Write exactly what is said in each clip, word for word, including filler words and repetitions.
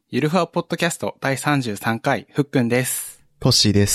ゆるふわポッドキャストだいさんじゅうさんかい、ふっくんです。 トッシーです。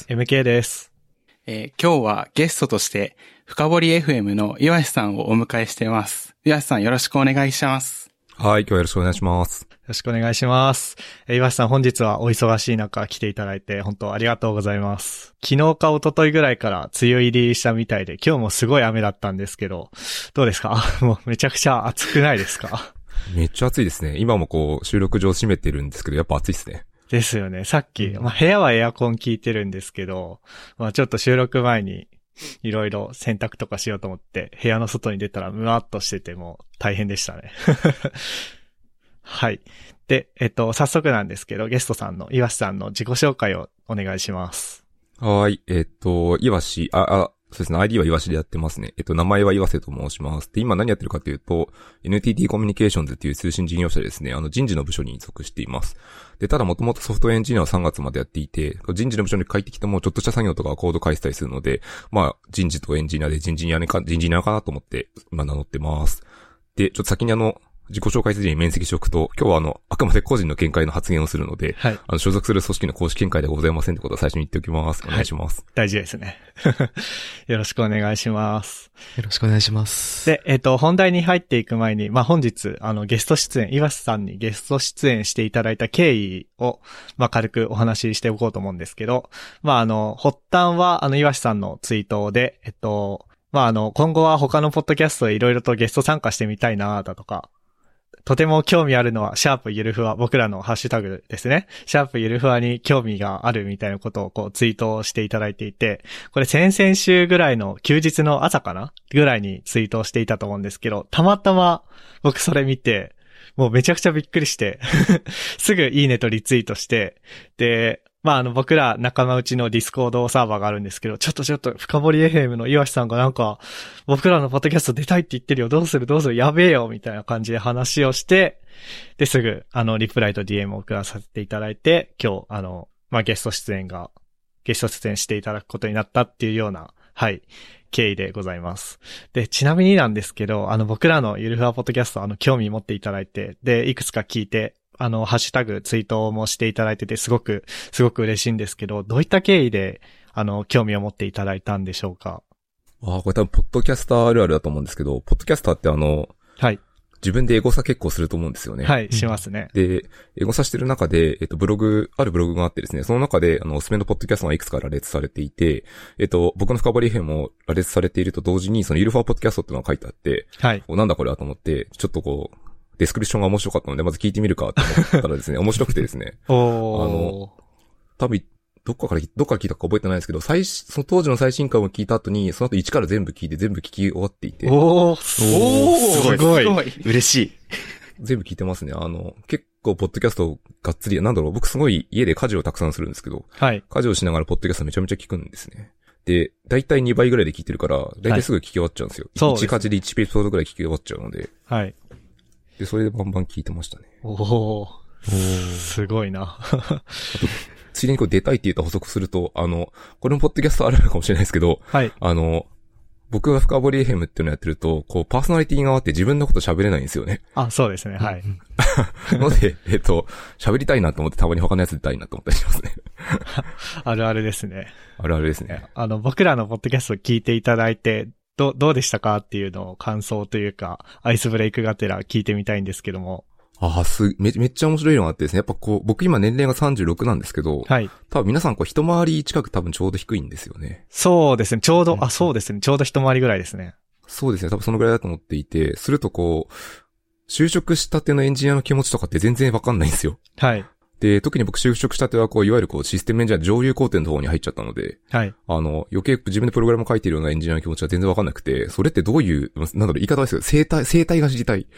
エムケー です。 えー、今日はゲストとして、深掘り エフエム の岩瀬さんをお迎えしています。岩瀬さんよろしくお願いします。 はい、今日はよろしくお願いします。 よろしくお願いします。えー、岩瀬さん本日はお忙しい中来ていただいて本当ありがとうございます。昨日か一昨日ぐらいから梅雨入りしたみたいで、今日もすごい雨だったんですけど、どうですか？もうめちゃくちゃ暑くないですか？ めっちゃ暑いですね。今もこう収録上閉めてるんですけど、やっぱ暑いですね。 ですよね。さっき、まあ、部屋はエアコン効いてるんですけど、まあちょっと収録前にいろいろ洗濯とかしようと思って部屋の外に出たらムワっとしてても大変でしたね。はい。で、えっと、早速なんですけど、ゲストさんの岩瀬さんの自己紹介をお願いします。 はい。えっと、岩瀬、あ、あ、そうですね。アイディー は岩瀬でやってますね。えっと、名前は岩瀬と申します。で、今何やってるかというと、エヌティーティー コミュニケーションズっていう通信事業者でですね、あの人事の部署に属しています。で、ただもともとソフトウェアエンジニアをさんがつまでやっていて、人事の部署に帰ってきてもちょっとした作業とかコード返したりするので、まあ、人事とエンジニアで人事にやねか、人事にやるかなと思って今名乗ってます。で、ちょっと先にあの、自己紹介するに面積しておくと、今日はあの、あくまで個人の見解の発言をするので、はい、あの、所属する組織の公式見解ではございませんってことは最初に言っておきます。お願いします。はい、 大事ですね。よろしくお願いします。 よろしくお願いします。 で、えっと、本題に入っていく前に、まあ、本日、あの、ゲスト出演、岩瀬さんにゲスト出演していただいた経緯を、まあ、軽くお話ししておこうと思うんですけど、まあ、あの、発端は、あの、岩瀬さんのツイートで、えっと、まあ、あの、今後は他のポッドキャストでいろいろとゲスト参加してみたいな、だとか、とても興味あるのは、シャープゆるふわ、僕らのハッシュタグですね。シャープゆるふわに興味があるみたいなことをこうツイートしていただいていて、これ先々週ぐらいの休日の朝かなぐらいにツイートをしていたと思うんですけど、たまたま僕それ見て、もうめちゃくちゃびっくりして、すぐいいねとリツイートして、で、まああの僕ら仲間内のディスコードサーバーがあるんですけど、ちょっとちょっと深掘り エフエム の岩瀬さんがなんか僕らのポッドキャスト出たいって言ってるよ、どうするどうするやべえよみたいな感じで話をして、で、すぐあのリプライと ディーエム を送らせていただいて、今日あの、まあゲスト出演が、ゲスト出演していただくことになったっていうような、はい、経緯でございます。で、ちなみになんですけど、あの僕らのゆるふわポッドキャストあの興味持っていただいて、で、いくつか聞いて、あの、ハッシュタグ、ツイートもしていただいてて、すごく、すごく嬉しいんですけど、どういった経緯で、あの、興味を持っていただいたんでしょうか？ ああ、これ多分、ポッドキャスターあるあるだと思うんですけど、ポッドキャスターってあの、 はい。 自分でエゴサ結構すると思うんですよね。 はい、しますね。 で、エゴサしてる中で、えっと、ブログ、あるブログがあってですね、その中で、あの、おすすめのポッドキャストがいくつか羅列されていて、えっと、僕の深掘り編も羅列されていると同時に、そのゆるふわポッドキャストっていうのが書いてあって、はい。なんだこれはと思って、ちょっとこう、デスクリプションが面白かったので、まず聞いてみるかと思ったらですね、面白くてですね。 おー。 あの、多分、どっかから、どっから聞いたか覚えてないんですけど、最、その当時の最新回を聞いた後に、その後一から全部聞いて全部聞き終わっていて。 おー、すごい。すごい。すごい。 嬉しい。 全部聞いてますね。あの、結構、ポッドキャストがっつり、なんだろう、僕すごい家で家事をたくさんするんですけど、はい。家事をしながらポッドキャストめちゃめちゃ聞くんですね。で、だいたいにばいぐらいで聞いてるから、だいたいすぐ聞き終わっちゃうんですよ。はい、いち家事でいちエピソードぐらい聞き終わっちゃうので。はい。で、それでバンバン聞いてましたね。 おー。すごいな。あと、 ついでにこう出たいって言った補足すると、あの、これもポッドキャストあるのかもしれないですけど、はい。あの、僕が深掘りエフエムっていうのをやってると、こう、パーソナリティ側って自分のこと喋れないんですよね。 あ、そうですね、はい。 ので、えっと、喋りたいなと思ってたまに他のやつ出たいなと思ったりしますね。 あるあるですね。 あるあるですね。 あの、僕らのポッドキャストを聞いていただいて、ど、どうでしたかっていうのを感想というか、アイスブレイクがてら聞いてみたいんですけども。 ああ、す、め、めっちゃ面白いのがあってですね。やっぱこう、僕今年齢がさんじゅうろくなんですけど、はい。多分皆さんこう一回り近く多分ちょうど低いんですよね。 そうですね。ちょうど、あ、そうですね。ちょうど一回りぐらいですね。 そうですね。多分そのぐらいだと思っていて、するとこう、就職したてのエンジニアの気持ちとかって全然わかんないんですよ。はい。で、特に僕就職したてはこう、いわゆるこう、システムエンジニア上流工程の方に入っちゃったので、はい。あの、余計自分でプログラム書いているようなエンジニアの気持ちは全然わかんなくて、それってどういう、なんだろう、言い方ですけど、生態、生態が知りたい。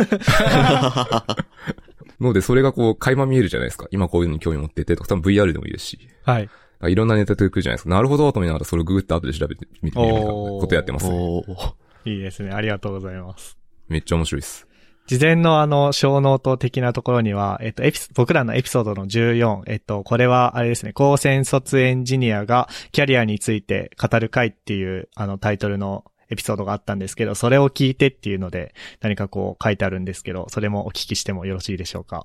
ので、それがこう、垣間見えるじゃないですか。今こういうのに興味持ってて、とか多分 ブイアール でもいいですし。はい。いろんなネタ出てくるじゃないですか。なるほど、と思いながらそれをググって後で調べてみてみるみたいなことやってますね。おいいですね。ありがとうございます。 めっちゃ面白いです。 事前のあの、小ノート的なところには、えっと、エピソ、僕らのエピソードのじゅうよん、えっと、これはあれですね、高専卒エンジニアがキャリアについて語る会っていうあのタイトルのエピソードがあったんですけど、それを聞いてっていうので何かこう書いてあるんですけど、それもお聞きしてもよろしいでしょうか？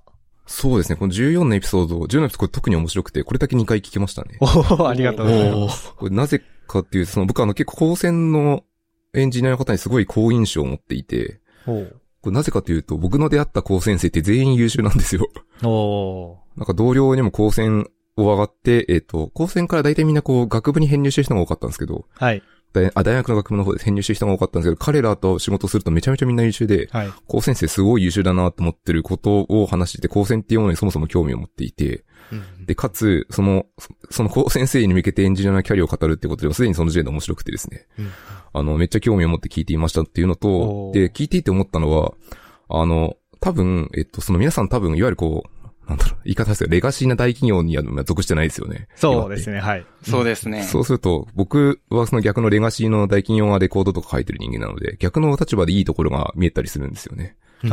そうですね。このじゅうよんのエピソード、じゅうよんのエピソードこれ特に面白くて、これだけにかい聞きましたね。 おー、ありがとうございます。 これなぜかっていうと、その僕はあの結構高専のエンジニアの方にすごい好印象を持っていて、これなぜかというと、僕の出会った高専生って全員優秀なんですよ。 おなんか同僚にも高専を上がって、えっと、高専から大体みんなこう学部に編入してる人が多かったんですけど、 はい。 大, あ大学の学部の方で編入してる人が多かったんですけど、彼らと仕事するとめちゃめちゃみんな優秀で、はい、高専生すごい優秀だなと思ってることを話してて、高専っていうものにそもそも興味を持っていて、うん、で、かつ、その、その高専生に向けてエンジニアのキャリアを語るってことでもすでにその時点で面白くてですね、うん、あの、めっちゃ興味を持って聞いていましたっていうのと、で、聞いていて思ったのは、あの、多分、えっと、その皆さん多分、いわゆるこう、なんだろう、言い方ですよ。レガシーな大企業には属してないですよね。 そうですね、はい。 そうですね。 そうすると、僕はその逆のレガシーの大企業がレコードとか書いてる人間なので、逆の立場でいいところが見えたりするんですよね。うん、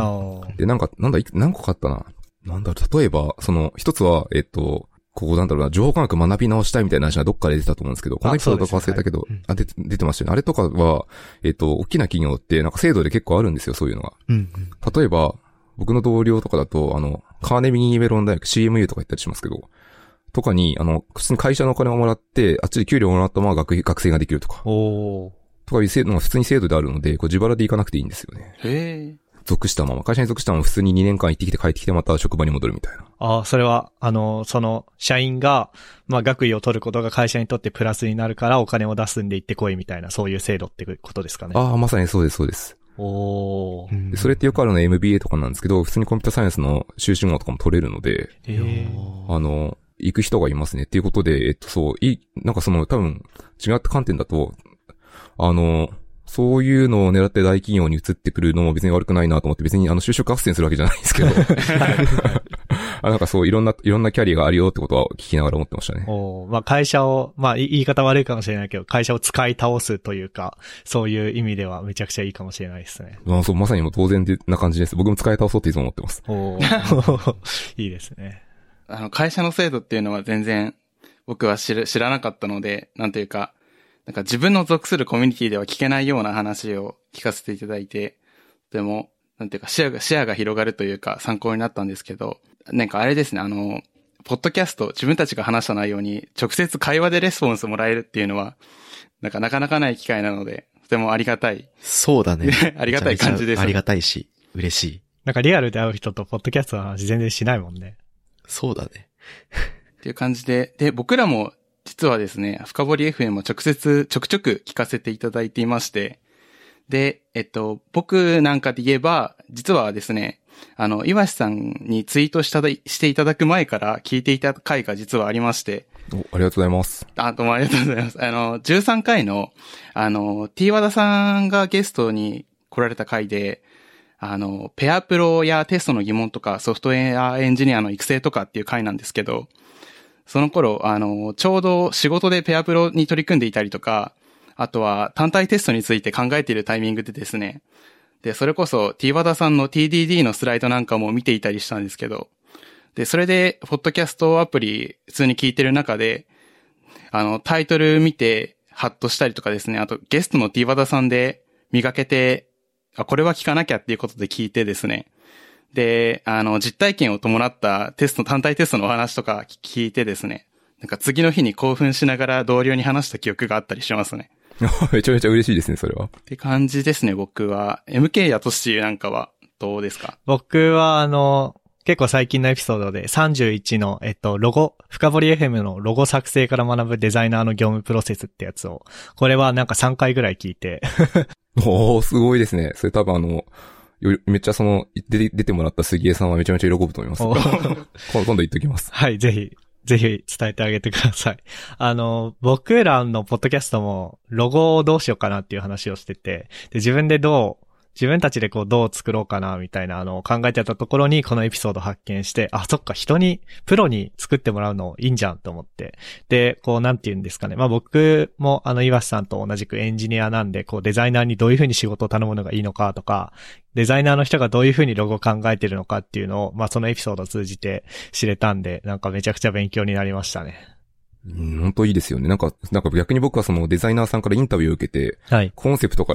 で、なんか、なんだ、何個かあったな。なんだろう、例えば、その、一つは、えっと、ここなんだろうな、情報科学学び直したいみたいな話がどっかで出てたと思うんですけど、このエピソードとか忘れたけど、あ、はい、あ、出てましたよね。あれとかは、えっと、大きな企業ってなんか制度で結構あるんですよ、そういうのが。うんうん、例えば、僕の同僚とかだと、あの、カーネギーメロン大学 シーエムユー とか言ったりしますけど、とかに、あの、普通に会社のお金をもらって、あっちで給料をもらったまま学、学生ができるとか。おー。とかいう制度が普通に制度であるので、こう自腹で行かなくていいんですよね。 へー。 属したまま。会社に属したまま普通ににねんかん行ってきて帰ってきてまた職場に戻るみたいな。 ああ、それは、あの、その、社員が、まあ、学位を取ることが会社にとってプラスになるからお金を出すんで行ってこいみたいな、そういう制度ってことですかね。 ああ、まさにそうです、そうです。 おー。それってよくあるの エムビーエー とかなんですけど、普通にコンピュータサイエンスの修士号とかも取れるので、あの、行く人がいますね。っていうことで、えっと、そう、いい、なんかその、多分、違った観点だと、あの、そういうのを狙って大企業に移ってくるのも別に悪くないなと思って、別にあの就職斡旋するわけじゃないんですけど。あ、なんかそういろんな、いろんなキャリアがあるよってことは聞きながら思ってましたね。 おまあ会社を、まあ言い方悪いかもしれないけど、会社を使い倒すというか、そういう意味ではめちゃくちゃいいかもしれないですね。 まあそう、まさにもう当然な感じです。僕も使い倒そうっていつも思ってます。 おいいですね。 あの、会社の制度っていうのは全然僕は知る、知らなかったので、なんていうか、なんか自分の属するコミュニティでは聞けないような話を聞かせていただいて、でも、なんていうか視野が、視野が広がるというか参考になったんですけど、なんかあれですね、あの、ポッドキャスト、自分たちが話した内容に直接会話でレスポンスもらえるっていうのは、なんかなかなかない機会なので、とてもありがたい。 そうだね。 ありがたい感じです、ね。 ありがたいし、嬉しい。 なんかリアルで会う人とポッドキャストの話全然しないもんね。 そうだね。 っていう感じで、で、僕らも、実はですね、深掘り エフエム も直接ちょくちょく聞かせていただいていまして、で、えっと、僕なんかで言えば、実はですね、あの、岩瀬さんにツイートしただしていただく前から聞いていた回が実はありまして。 お、ありがとうございます。 あ、どうもありがとうございます。あの、じゅうさんかいの、あの、T 和田さんがゲストに来られた回で、あの、ペアプロやテストの疑問とかソフトウェアエンジニアの育成とかっていう回なんですけど、その頃、あの、ちょうど仕事でペアプロに取り組んでいたりとか、あとは単体テストについて考えているタイミングでですね、で、それこそ T 和田さんの ティーディーディー のスライドなんかも見ていたりしたんですけど、で、それで、ポッドキャストアプリ普通に聞いてる中で、あの、タイトル見てハッとしたりとかですね、あとゲストの T 和田さんで磨けて、あ、これは聞かなきゃっていうことで聞いてですね、で、あの、実体験を伴ったテスト、単体テストのお話とか聞いてですね、なんか次の日に興奮しながら同僚に話した記憶があったりしますね。 めちゃめちゃ嬉しいですね、それは。 って感じですね、僕は。エムケー やとしなんかはどうですか？ 僕は、あの、結構最近のエピソードでさんじゅういちの、えっと、ロゴ、深掘り エフエム のロゴ作成から学ぶデザイナーの業務プロセスってやつを、これはなんかさんかいぐらい聞いて。 おー、すごいですね。それ多分あの、めっちゃその、出て、出てもらった杉江さんはめちゃめちゃ喜ぶと思います。今度言っときます。 はい、ぜひ、ぜひ伝えてあげてください。あの、僕らのポッドキャストもロゴをどうしようかなっていう話をしてて、で、自分でどう、自分たちでこうどう作ろうかなみたいなあの考えてたところにこのエピソード発見して、あ、そっか、人に、プロに作ってもらうのいいんじゃんと思って。で、こうなんて言うんですかね。まあ僕もあの岩瀬さんと同じくエンジニアなんで、こうデザイナーにどういう風に仕事を頼むのがいいのかとか、デザイナーの人がどういう風にロゴを考えてるのかっていうのを、まあそのエピソードを通じて知れたんで、なんかめちゃくちゃ勉強になりましたね。 うん、本当いいですよね。なんか、なんか逆に僕はそのデザイナーさんからインタビューを受けて、はい、コンセプトから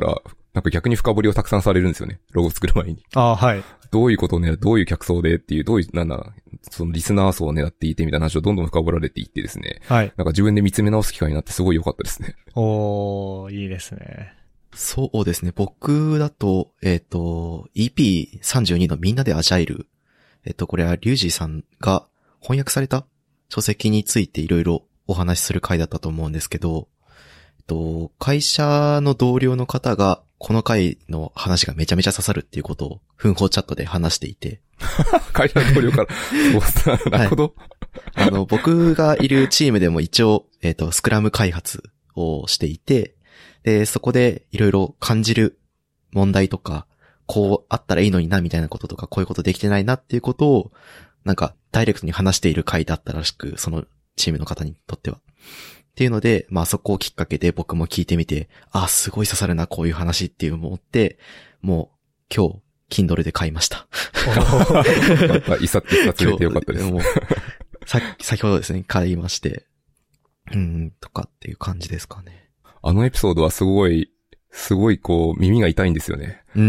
なんか逆に深掘りをたくさんされるんですよね。ロゴ作る前に。 ああ、はい。 どういうことを狙う、どういう客層でっていう、どういう、なんだ、そのリスナー層を狙っていてみたいな話をどんどん深掘られていってですね。 はい。 なんか自分で見つめ直す機会になってすごい良かったですね。 おー、いいですね。 そうですね。僕だと、えっと、イーピーさんじゅうに のみんなでアジャイル。えっと、これはリュウジさんが翻訳された書籍についていろいろお話しする回だったと思うんですけど、えっと、会社の同僚の方がこの回の話がめちゃめちゃ刺さるっていうことを、奮法チャットで話していて。 会社の同僚から。なるほど。 はい、あの、僕がいるチームでも一応、えっと、スクラム開発をしていて、で、そこでいろいろ感じる問題とか、こうあったらいいのになみたいなこととか、こういうことできてないなっていうことを、なんかダイレクトに話している回だったらしく、そのチームの方にとっては。っていうので、まあそこをきっかけで僕も聞いてみて、あ、すごい刺さるな、こういう話っていう思って、もう今日、Kindle で買いました。 一冊、一冊入れてよかったです。 もうさ先ほどですね、買いまして、うん、とかっていう感じですかね。 あのエピソードはすごい、すごいこう、耳が痛いんですよね。 うん、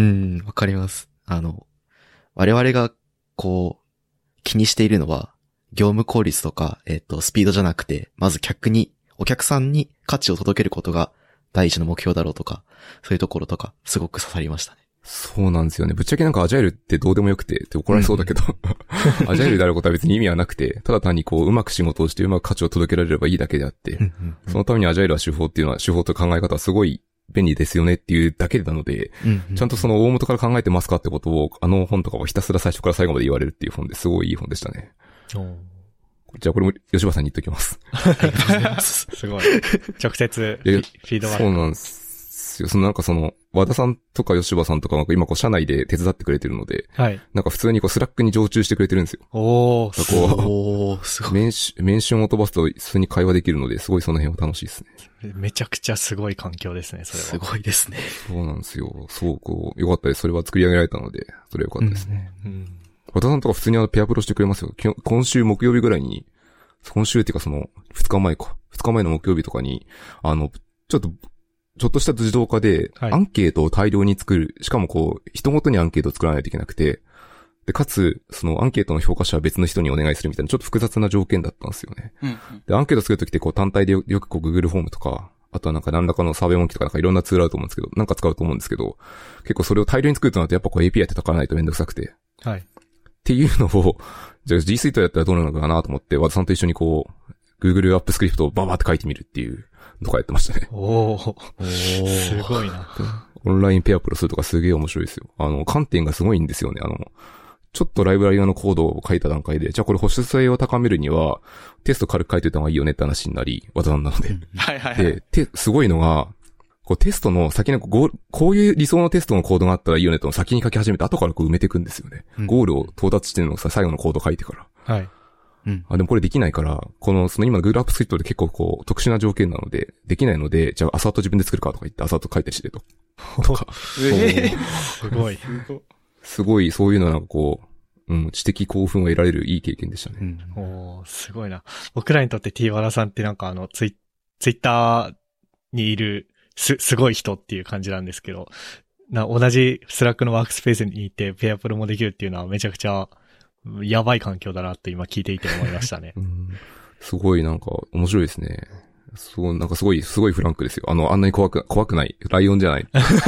わかります。あの、我々が、こう、気にしているのは、業務効率とか、えっと、スピードじゃなくて、まず客に、お客さんに価値を届けることが第一の目標だろうとか、そういうところとか、すごく刺さりましたね。 そうなんですよね。ぶっちゃけなんかアジャイルってどうでもよくて、って怒られそうだけど、うん、アジャイルであることは別に意味はなくて、ただ単にこう、うまく仕事をしてうまく価値を届けられればいいだけであって、うんうんうん、そのためにアジャイルは手法っていうのは、手法と考え方はすごい便利ですよねっていうだけなので、うんうん、ちゃんとその大元から考えてますかってことを、あの本とかをひたすら最初から最後まで言われるっていう本ですごいいい本でしたね。じゃあこれも吉羽さんに言っときます。 すごい。直接フィードバック。 そうなんですよ。そのなんかその、和田さんとか吉羽さんとか今こう社内で手伝ってくれてるので、はい。なんか普通にこうスラックに常駐してくれてるんですよ。 おー、 すごい。すごい。 メンシュ、メンションを飛ばすと普通に会話できるので、すごいその辺は楽しいですね。めちゃくちゃすごい環境ですね、それは。 すごいですね。 そうなんですよ。そう、こう、よかったです。それは作り上げられたので、それはよかったですね。うん。うん、和田さんとか普通にあのペアプロしてくれますよ。今週木曜日ぐらいに、今週っていうかその、二日前か。二日前の木曜日とかに、あの、ちょっと、ちょっとした自動化で、アンケートを大量に作る。しかもこう、人ごとにアンケートを作らないといけなくて、で、かつ、そのアンケートの評価者は別の人にお願いするみたいな、ちょっと複雑な条件だったんですよね。うんうん、で、アンケート作るときってこう単体で よ, よくこう Google フォームとか、あとはなんか何らかのサーベイモンキーとかなんかいろんなツールあると思うんですけど、なんか使うと思うんですけど、結構それを大量に作るとなるとやっぱこう エーピーアイ って書かないとめんどくさくて。 はい。 っていうのを、じゃあ G Suite やったらどうなのかなと思って、和田さんと一緒にこう、Google アップスクリプトをババーって書いてみるっていう。とかやってましたね。 おー。すごいな。 オンラインペアプロするとかすげえ面白いですよ。あの、観点がすごいんですよね。あの、ちょっとライブラリのコードを書いた段階で、じゃあこれ保守性を高めるには、テスト軽く書いておいた方がいいよねって話になり、技なので。 はいはいはい。 で、て、すごいのが、こうテストの先のゴール、こういう理想のテストのコードがあったらいいよねと先に書き始めて、後からこう埋めていくんですよね。うん、ゴールを到達してるのをさ、最後のコード書いてから。 はい。 うん。あ、でもこれできないから、この、その今の Google App Script で結構こう、特殊な条件なので、できないので、じゃあアサート自分で作るかとか言って、アサート書いたりしてと。とか。 えー、すごい。 すごい、そういうのなんかこう、うん、知的興奮を得られるいい経験でしたね。 うん、おー、すごいな。僕らにとって T ワラさんってなんかあの、ツイ、ツイッターにいる、す、すごい人っていう感じなんですけど、な、同じスラックのワークスペースにいて、ペアプロもできるっていうのはめちゃくちゃ、やばい環境だなって今聞いていて思いましたね。 うん、すごいなんか面白いですね。そう、なんかすごい、すごいフランクですよ。あの、あんなに怖く、怖くない。ライオンじゃない。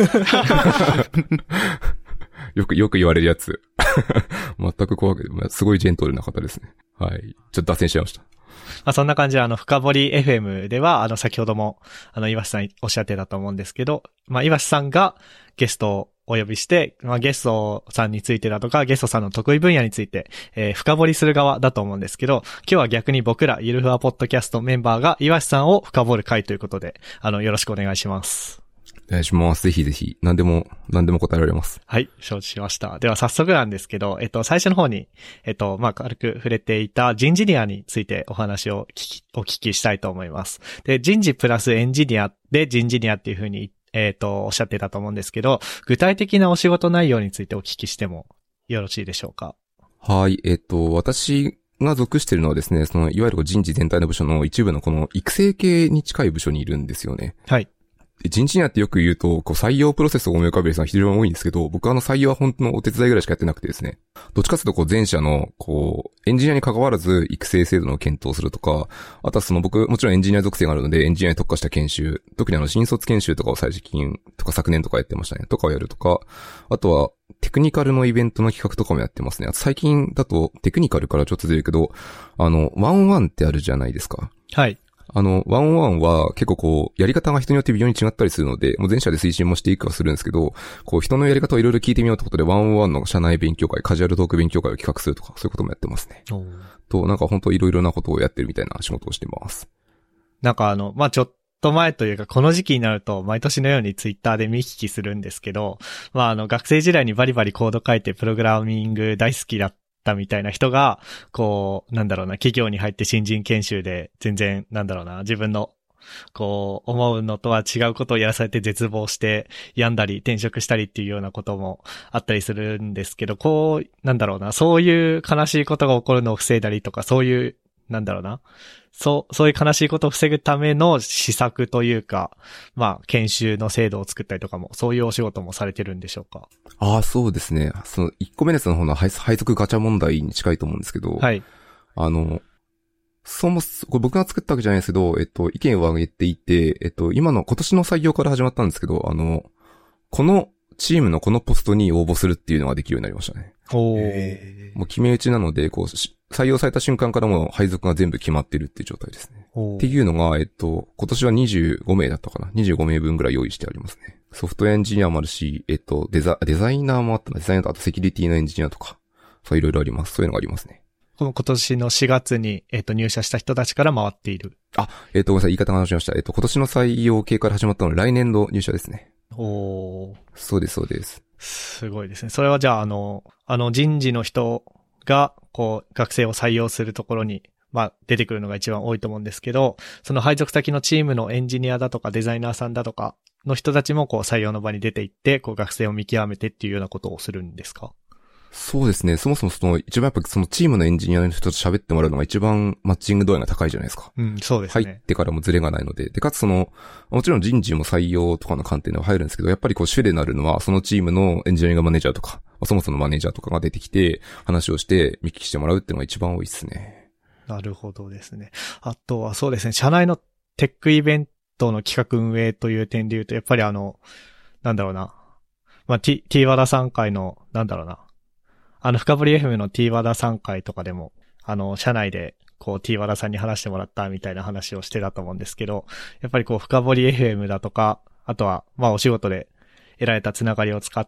よく、よく言われるやつ。全く怖く、すごいジェントルな方ですね。はい。ちょっと脱線しちゃいました。 まあそんな感じであの、深掘り エフエム では、あの、先ほども、あの、岩瀬さんおっしゃってたと思うんですけど、まあ岩瀬さんがゲストをお呼びして、まあゲストさんについてだとか、ゲストさんの得意分野について、えー、深掘りする側だと思うんですけど、今日は逆に僕ら、ゆるふわポッドキャストメンバーが岩瀬さんを深掘る回ということで、あの、よろしくお願いします。 お願いします。ぜひぜひ、何でも、何でも答えられます。 はい、承知しました。では早速なんですけど、えっと、最初の方に、えっと、まあ、軽く触れていた人事ニアについてお話を聞き、お聞きしたいと思います。で、人事プラスエンジニアで人事ニアっていうふうに、えっと、おっしゃってたと思うんですけど、具体的なお仕事内容についてお聞きしてもよろしいでしょうか。 はい、えっと、私が属しているのはですね、その、いわゆる人事全体の部署の一部のこの育成系に近い部署にいるんですよね。 はい。 人事になってよく言うと、こう採用プロセスを思い浮かべる人が非常に多いんですけど、僕はあの採用は本当のお手伝いぐらいしかやってなくてですね。どっちかというとこう前者の、こう、エンジニアに関わらず育成制度の検討するとか、あとはその僕、もちろんエンジニア属性があるので、エンジニアに特化した研修、特にあの新卒研修とかを最近とか昨年とかやってましたね。とかをやるとか、あとはテクニカルのイベントの企画とかもやってますね。あと最近だとテクニカルからちょっとずれるけど、あの、ワンオンワンってあるじゃないですか。 はい。 あの、ワンオンワンは結構こう、やり方が人によって微妙に違ったりするので、もう前者で推進もしていくはするんですけど、こう、人のやり方をいろいろ聞いてみようってことで、ワンオンワンの社内勉強会、カジュアルトーク勉強会を企画するとか、そういうこともやってますね。と、なんか本当いろいろなことをやってるみたいな仕事をしてます。 なんかあの、まあ、ちょっと前というか、この時期になると、毎年のようにツイッターで見聞きするんですけど、まあ、あの、学生時代にバリバリコード書いてプログラミング大好きだったみたいな人が、こう、なんだろうな、企業に入って新人研修で全然、なんだろうな、自分のこう、思うのとは違うことをやらされて絶望して、病んだり、転職したりっていうようなこともあったりするんですけど、こう、なんだろうな、そういう悲しいことが起こるのを防いだりとか、そういう、なんだろうな、そう、そういう悲しいことを防ぐための施策というか、まあ、研修の制度を作ったりとかも、そういうお仕事もされてるんでしょうか？ ああ、そうですね。その、いっこめのやつの方の配属ガチャ問題に近いと思うんですけど、 はい。 あの、そもそも、これ僕が作ったわけじゃないですけど、えっと、意見を挙げていて、えっと、今の、今年の採用から始まったんですけど、あの、このチームのこのポストに応募するっていうのができるようになりましたね。 おー。 もう決め打ちなので、こう、採用された瞬間からもう配属が全部決まってるっていう状態ですね。っていうのが、えっと、今年はにじゅうごめいだったかな。にじゅうごめいぶんぐらい用意してありますね。ソフトウェアエンジニアもあるし、えっと、デザ、デザイナーもあったな。デザイナーとあとセキュリティのエンジニアとか、そういろいろあります。そういうのがありますね。 この今年のしがつに、えっと、入社した人たちから回っている。 あ、えっと、ごめんなさい。言い方が話しました。えっと、今年の採用系から始まったので、来年度入社ですね。 おー。 そうです、そうです。 すごいですね。それはじゃあ、あの、あの人事の人が、こう、学生を採用するところに、まあ、出てくるのが一番多いと思うんですけど、その配属先のチームのエンジニアだとかデザイナーさんだとかの人たちも、こう、採用の場に出ていって、こう、学生を見極めてっていうようなことをするんですか？ そうですね。そもそもその、一番やっぱそのチームのエンジニアの人と喋ってもらうのが一番マッチング度合いが高いじゃないですか。 うん、そうですね。 入ってからもズレがないので。で、かつその、もちろん人事も採用とかの観点では入るんですけど、やっぱりこう主でなるのは、そのチームのエンジニアリングマネージャーとか、そもそもマネージャーとかが出てきて、話をして見聞きしてもらうっていうのが一番多いですね。 なるほどですね。あとはそうですね、社内のテックイベントの企画運営という点で言うと、やっぱりあの、なんだろうな。まあ、T、T 和田さん会の、なんだろうな。あの、深掘り エフエム の T 和田さん会とかでも、あの、社内で、こう、T 和田さんに話してもらったみたいな話をしてたと思うんですけど、やっぱりこう、深掘り エフエム だとか、あとは、まあ、お仕事で得られたつながりを使って、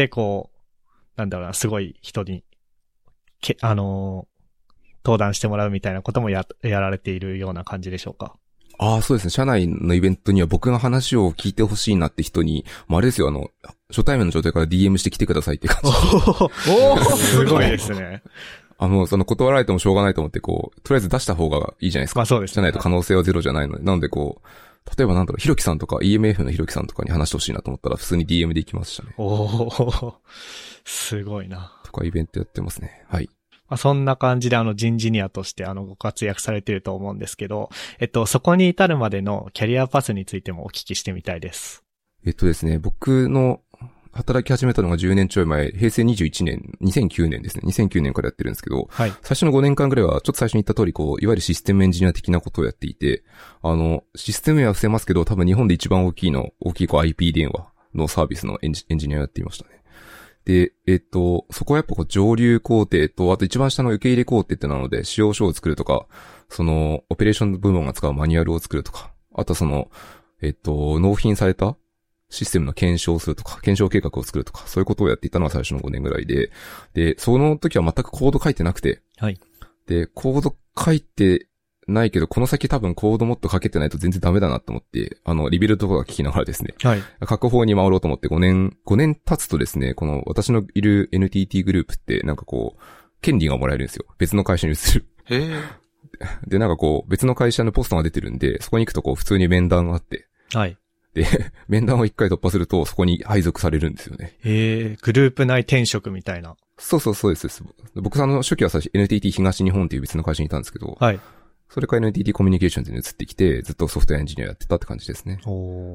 こう、なんだろうな、すごい人に、け、あのー、登壇してもらうみたいなこともや、やられているような感じでしょうか？ ああ、そうですね。社内のイベントには僕が話を聞いてほしいなって人に、まあ、あれですよ、あの、初対面の状態から ディーエム してきてくださいって感じ。 おおすごいですね。 あの、その断られてもしょうがないと思って、こう、とりあえず出した方がいいじゃないですか。 まあそうですね。 じゃないと可能性はゼロじゃないので。なのでこう、例えばなんだろう、ひろきさんとか イーエムエフ のひろきさんとかに話してほしいなと思ったら普通に ディーエム で行きましたね。 おおすごいな。 とかイベントやってますね。はい。 まあ、そんな感じであの人事ニアとしてあのご活躍されていると思うんですけど、えっと、そこに至るまでのキャリアパスについてもお聞きしてみたいです。 えっとですね、僕の働き始めたのがじゅうねんちょい前、へいせいにじゅういちねん、にせんきゅうねんですね。にせんきゅうねんからやってるんですけど、はい、最初のごねんかんぐらいは、ちょっと最初に言った通り、こう、いわゆるシステムエンジニア的なことをやっていて、あの、システムは伏せますけど、多分日本で一番大きいの、大きいこう アイピー 電話のサービスのエンジ、エンジニアをやっていましたね。で、えっと、そこはやっぱこう上流工程と、あと一番下の受け入れ工程ってなので、仕様書を作るとか、その、オペレーション部門が使うマニュアルを作るとか、あとその、えっと、納品されたシステムの検証をするとか、検証計画を作るとか、そういうことをやっていたのは最初のごねんぐらいで、で、その時は全くコード書いてなくて、 はい。 で、コード書いてないけど、この先多分コードもっと書けてないと全然ダメだなと思って、あの、リビルドとか聞きながらですね、 はい。 書く方に回ろうと思ってごねん、ごねん経つとですね、この私のいる エヌティーティー グループってなんかこう、権利がもらえるんですよ。別の会社に移る。 へー。 で、なんかこう、別の会社のポストが出てるんで、そこに行くとこう、普通に面談があって、 はい。 で、面談を一回突破すると、そこに配属されるんですよね。 へえ、グループ内転職みたいな。 そうそうそうです。僕さんの初期は最初 エヌティーティー 東日本っていう別の会社にいたんですけど、 はい。 それから エヌティーティー コミュニケーションズに移ってきて、ずっとソフトウェアエンジニアやってたって感じですね。 おー。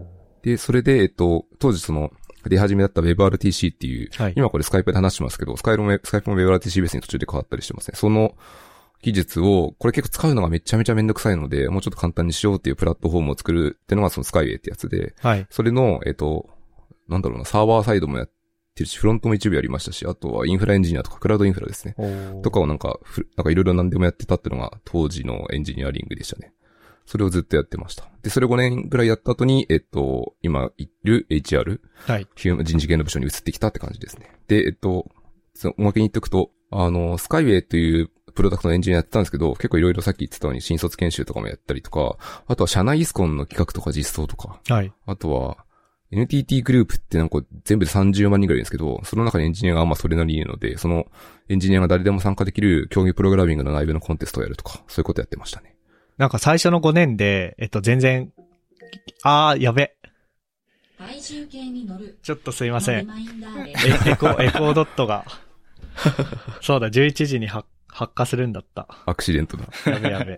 で、それで、えっと、当時その、出始めだった WebRTC っていう、 はい、 今これスカイプで話してますけど、スカイプも、スカイプも WebRTC ベースに途中で変わったりしてますね。その技術を、これ結構使うのがめちゃめちゃめんどくさいので、もうちょっと簡単にしようっていうプラットフォームを作るっていうのがそのスカイウェイってやつで、 はい。 それの、えっと、なんだろうな、サーバーサイドもやってるし、フロントも一部やりましたし、あとはインフラエンジニアとか、クラウドインフラですね。とかをなんか、なんかいろいろ何でもやってたっていうのが当時のエンジニアリングでしたね。それをずっとやってました。で、それごねんぐらいやった後に、えっと、今いる エイチアール、 はい。 人事系の部署に移ってきたって感じですね。で、えっと、そのおまけに言っておくと、あの、スカイウェイというプロダクトのエンジニアやってたんですけど、結構いろいろさっき言ってたように新卒研修とかもやったりとか、あとは社内イスコンの企画とか実装とか、 はい。 あとは、エヌティーティー グループってなんか全部でさんじゅうまんにんぐらいいるんですけど、その中にエンジニアがあんまそれなりにいるので、そのエンジニアが誰でも参加できる競技プログラミングの内部のコンテストをやるとか、そういうことやってましたね。 なんか最初のごねんで、えっと全然、あー、やべ。 体重計に乗る。 ちょっとすいません。 え、 エコ、エコードットが。そうだ、じゅういちじに発火するんだった。 アクシデントだ。 やべやべ。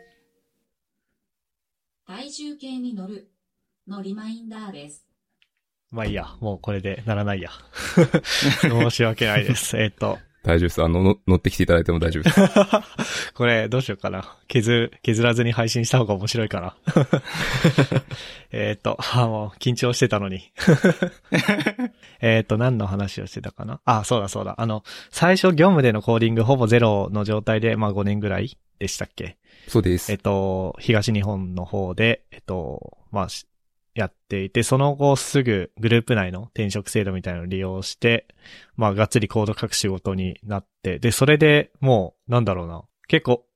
体重計に乗るのリマインダーです。 まあいいや、もうこれでならないや。申し訳ないです。えっと。 大丈夫です。あの、の乗ってきていただいても大丈夫です。 これ、どうしようかな。削、削らずに配信した方が面白いかな。えっと、あ、もう緊張してたのに。えっと、何の話をしてたかな。あ、そうだそうだ。あの、最初業務でのコーディングほぼゼロの状態で、まあごねんぐらいでしたっけ？ そうです。 えっと、東日本の方で、えっと、まあ、やっていて、その後すぐグループ内の転職制度みたいなのを利用して、まあがっつりコード書く仕事になって、で、それでもう、なんだろうな、結構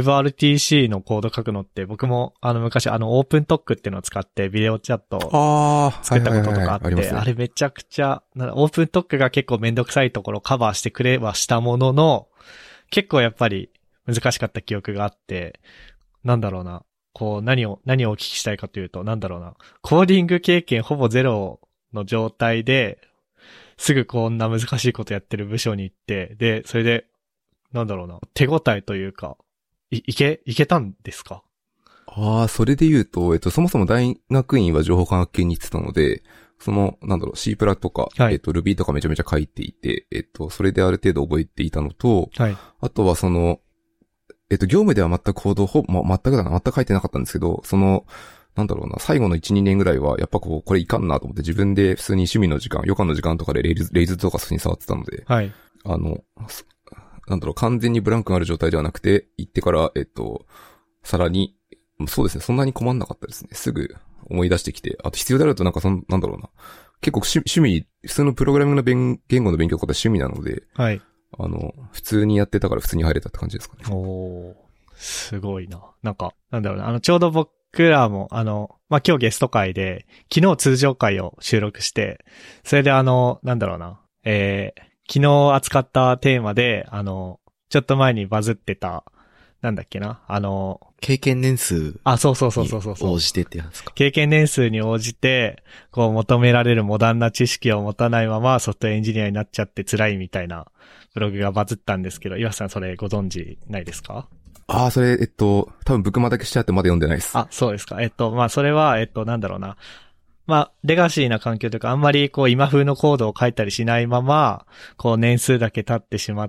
WebRTC のコード書くのって僕もあの昔あの OpenTalk っていうのを使ってビデオチャットを作ったこととかあって、あれめちゃくちゃ、OpenTalk が結構めんどくさいところをカバーしてくれはしたものの、結構やっぱり難しかった記憶があって、なんだろうな。こう、何を、何をお聞きしたいかというと、なんだろうな。コーディング経験ほぼゼロの状態で、すぐこんな難しいことやってる部署に行って、で、それで、なんだろうな。手応えというか、い、いけ、いけたんですか？ ああ、それで言うと、えっと、そもそも大学院は情報科学系に行ってたので、その、なんだろう、C プラとか、はい、えっと、Ruby とかめちゃめちゃ書いていて、えっと、それである程度覚えていたのと、 はい。 あとはその、えっと、業務では全くコードをほぼ、ま、全くだな、全く書いてなかったんですけど、その、なんだろうな、最後のいち、にねんぐらいは、やっぱこう、これいかんなと思って自分で普通に趣味の時間、余暇の時間とかでレイズ、レイズとか普通に触ってたので、 はい。 あの、なんだろう、完全にブランクがある状態ではなくて、行ってから、えっと、さらに、そうですね、そんなに困んなかったですね。すぐ思い出してきて、あと必要であるとなんかその、なんだろうな、結構趣、趣味、普通のプログラミングの言言語の勉強とか趣味なので、 はい。 あの、普通にやってたから普通に入れたって感じですかね。 おー。すごいな。なんか、なんだろうな。あの、ちょうど僕らも、あの、まあ、今日ゲスト会で、昨日通常会を収録して、それであの、なんだろうな。えー、昨日扱ったテーマで、あの、ちょっと前にバズってた、なんだっけな。あの、 経験年数。 あ、そうそうそうそうそうそう。 応じてってやつか。 経験年数に応じて、こう求められるモダンな知識を持たないままソフトウェアエンジニアになっちゃって辛いみたいなブログがバズったんですけど、岩瀬さんそれご存知ないですか？ ああ、それ、えっと、多分ブックマだけしちゃってまだ読んでないです。 あ、そうですか。えっと、まあ、それは、えっと、なんだろうな。まあ、レガシーな環境というか、あんまりこう、今風のコードを書いたりしないまま、こう、年数だけ経ってしまって、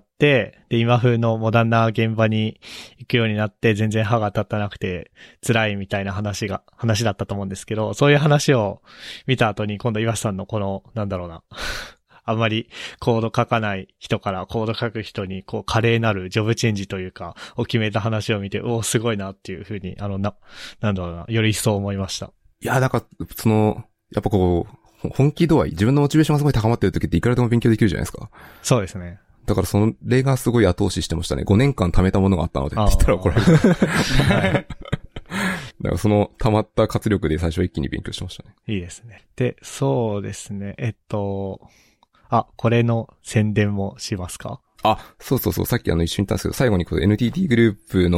で、今風のモダンな現場に行くようになって、全然歯が立たなくて、辛いみたいな話が、話だったと思うんですけど、そういう話を見た後に、今度岩瀬さんのこの、なんだろうな。あんまりコード書かない人からコード書く人にこう華麗なるジョブチェンジというかを決めた話を見て、おおすごいなっていうふうに、あのな、なんだろうな、より一層思いました。 いや、なんか、その、やっぱこう、本気度合い、自分のモチベーションがすごい高まってる時っていくらでも勉強できるじゃないですか。そうですね。だからその例がすごい後押ししてましたね。ごねんかん貯めたものがあったのでって言ったら怒られる。はい。だからその溜まった活力で最初一気に勉強しましたね。 いいですね。で、そうですね。えっと、あ、これの宣伝もしますか？ あ、そうそうそう。さっきあの一瞬言ったんですけど、最後にこの エヌティーティー グループの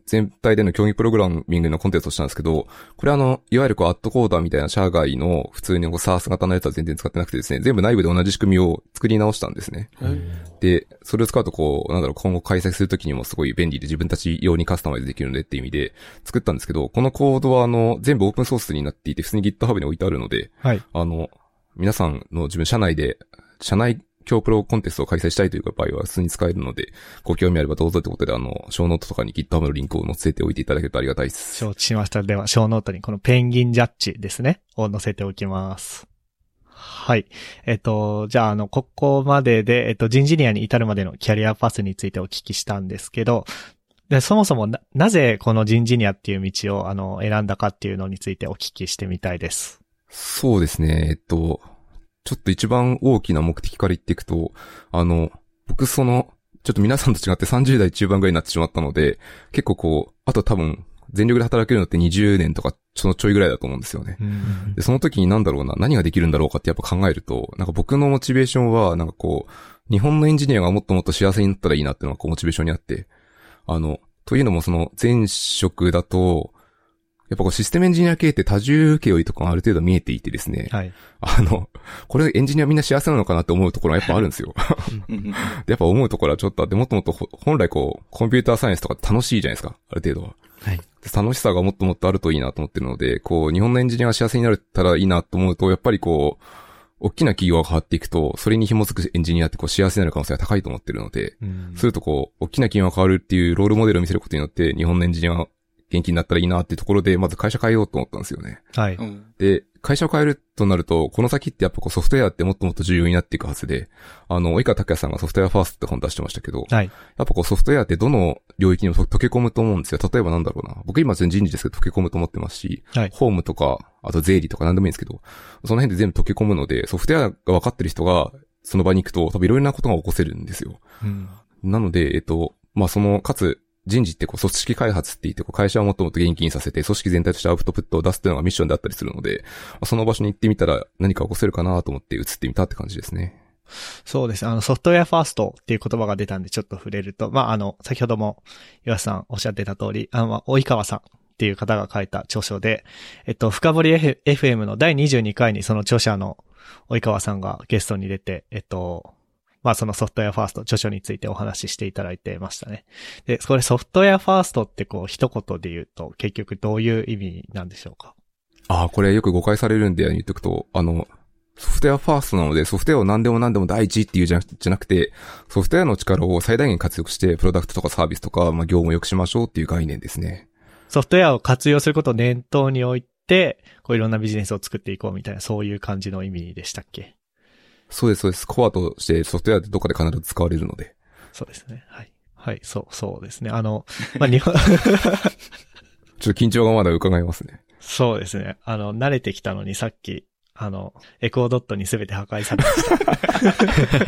全体での競技プログラミングのコンテンツをしたんですけど、これあの、いわゆるこう、アットコーダーみたいな社外の普通にこう SaaS 型のやつは全然使ってなくてですね、全部内部で同じ仕組みを作り直したんですね。で、それを使うとこう、なんだろう、今後解析するときにもすごい便利で自分たち用にカスタマイズできるのでっていう意味で作ったんですけど、このコードはあの、全部オープンソースになっていて、普通に GitHub に置いてあるので、 はい。 あの、皆さんの自分社内で、社内今日プロコンテストを開催したいという場合は普通に使えるので、ご興味あればどうぞということで、あの、ショーノートとかに GitHub のリンクを載せておいていただけるとありがたいです。 承知しました。では、ショーノートにこのペンギンジャッジですね、を載せておきます。はい。えっと、じゃあ、あの、ここまでで、えっと、人事ニアに至るまでのキャリアパスについてお聞きしたんですけど、で、そもそもな、なぜこの人事ニアっていう道を、あの、選んだかっていうのについてお聞きしてみたいです。 そうですね、えっと、ちょっと一番大きな目的から言っていくと、あの、僕その、ちょっと皆さんと違ってさんじゅう代中盤ぐらいになってしまったので、結構こう、あと多分、全力で働けるのってにじゅうねんとか、そのちょいぐらいだと思うんですよね。 うんで、その時になんだろうな、何ができるんだろうかってやっぱ考えると、なんか僕のモチベーションは、なんかこう、日本のエンジニアがもっともっと幸せになったらいいなっていうのがこうモチベーションにあって、あの、というのもその前職だと、やっぱこうシステムエンジニア系って多重請負とかがある程度見えていてですね。 はい。 あの、これエンジニアみんな幸せなのかなって思うところはやっぱあるんですよ。でやっぱ思うところはちょっとあって、もっともっと本来こう、コンピューターサイエンスとか楽しいじゃないですか。ある程度は。 はい。 楽しさがもっともっとあるといいなと思ってるので、こう、日本のエンジニアが幸せになったらいいなと思うと、やっぱりこう、大きな企業が変わっていくと、それに紐づくエンジニアってこう幸せになる可能性が高いと思ってるので、 うん、 するとこう、大きな企業が変わるっていうロールモデルを見せることによって、日本のエンジニアが元気になったらいいなっていうところで、まず会社変えようと思ったんですよね。 はい。 うん、 で、会社を変えるとなると、この先ってやっぱこうソフトウェアってもっともっと重要になっていくはずで、あの、及川拓也さんがソフトウェアファーストって本出してましたけど、 はい。 やっぱこうソフトウェアってどの領域にも溶け込むと思うんですよ。例えばなんだろうな。僕今全人事ですけど溶け込むと思ってますし、 はい。 ホームとか、あと税理とか何でもいいんですけど、その辺で全部溶け込むので、ソフトウェアが分かってる人がその場に行くと多分いろいろなことが起こせるんですよ。 うん、 なので、えっと、まあ、その、かつ、人事ってこう組織開発って言ってこう会社をもっともっと元気にさせて組織全体としてアウトプットを出すっていうのがミッションであったりするので、その場所に行ってみたら何か起こせるかなと思って移ってみたって感じですね。 そうですね。あの、ソフトウェアファーストっていう言葉が出たんでちょっと触れると、まあ、あの、先ほども岩瀬さんおっしゃってた通り、あの、及川さんっていう方が書いた著書で、えっと、深掘り エフエム のだいにじゅうにかいにその著者の及川さんがゲストに出て、えっと、まあそのソフトウェアファースト著書についてお話ししていただいてましたね。で、これソフトウェアファーストってこう一言で言うと結局どういう意味なんでしょうか？ ああ、これよく誤解されるんで言っとくと、あの、ソフトウェアファーストなのでソフトウェアを何でも何でも第一っていうじゃなくて、ソフトウェアの力を最大限活用してプロダクトとかサービスとか、まあ業務を良くしましょうっていう概念ですね。 ソフトウェアを活用することを念頭に置いて、こういろんなビジネスを作っていこうみたいなそういう感じの意味でしたっけ？ そうです、そうです。コアとしてソフトウェアってどこかで必ず使われるので。 そうですね。はい。はい、そう、そうですね。あの、まあ、日本、ちょっと緊張がまだ伺えますね。 そうですね。あの、慣れてきたのにさっき、あの、エコードットに全て破壊されました。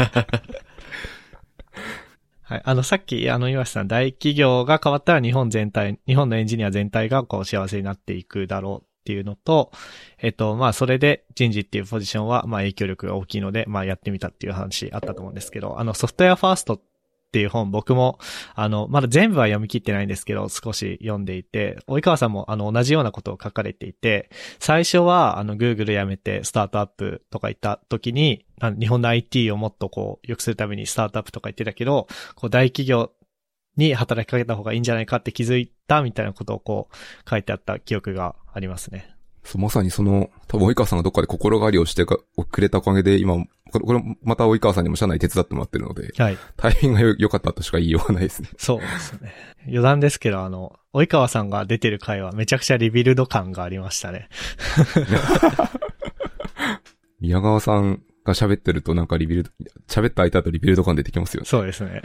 はい。あの、さっき、あの、岩瀬さん、大企業が変わったら日本全体、日本のエンジニア全体がこう幸せになっていくだろうっていうのと、えっと、まあ、それで人事っていうポジションは、まあ、影響力が大きいので、まあ、やってみたっていう話あったと思うんですけど、あの、ソフトウェアファーストっていう本、僕も、あの、まだ全部は読み切ってないんですけど、少し読んでいて、及川さんも、あの、同じようなことを書かれていて、最初は、あの、Google 辞めて、スタートアップとか行った時に、あの日本の アイティー をもっとこう、良くするためにスタートアップとか言ってたけど、こう、大企業に働きかけた方がいいんじゃないかって気づいたみたいなことをこう、書いてあった記憶がありますね。 そう、まさにその、多分及川さんがどっかで心変わりをしてくれたおかげで、今、これ、これまた及川さんにも社内手伝ってもらってるので、 はい。 タイミングが良かったとしか言いようがないですね。 そうですね。余談ですけど、あの、及川さんが出てる回はめちゃくちゃリビルド感がありましたね。 宮川さんが喋ってるとなんかリビルド、喋った相手だとリビルド感出てきますよね。 そうですね。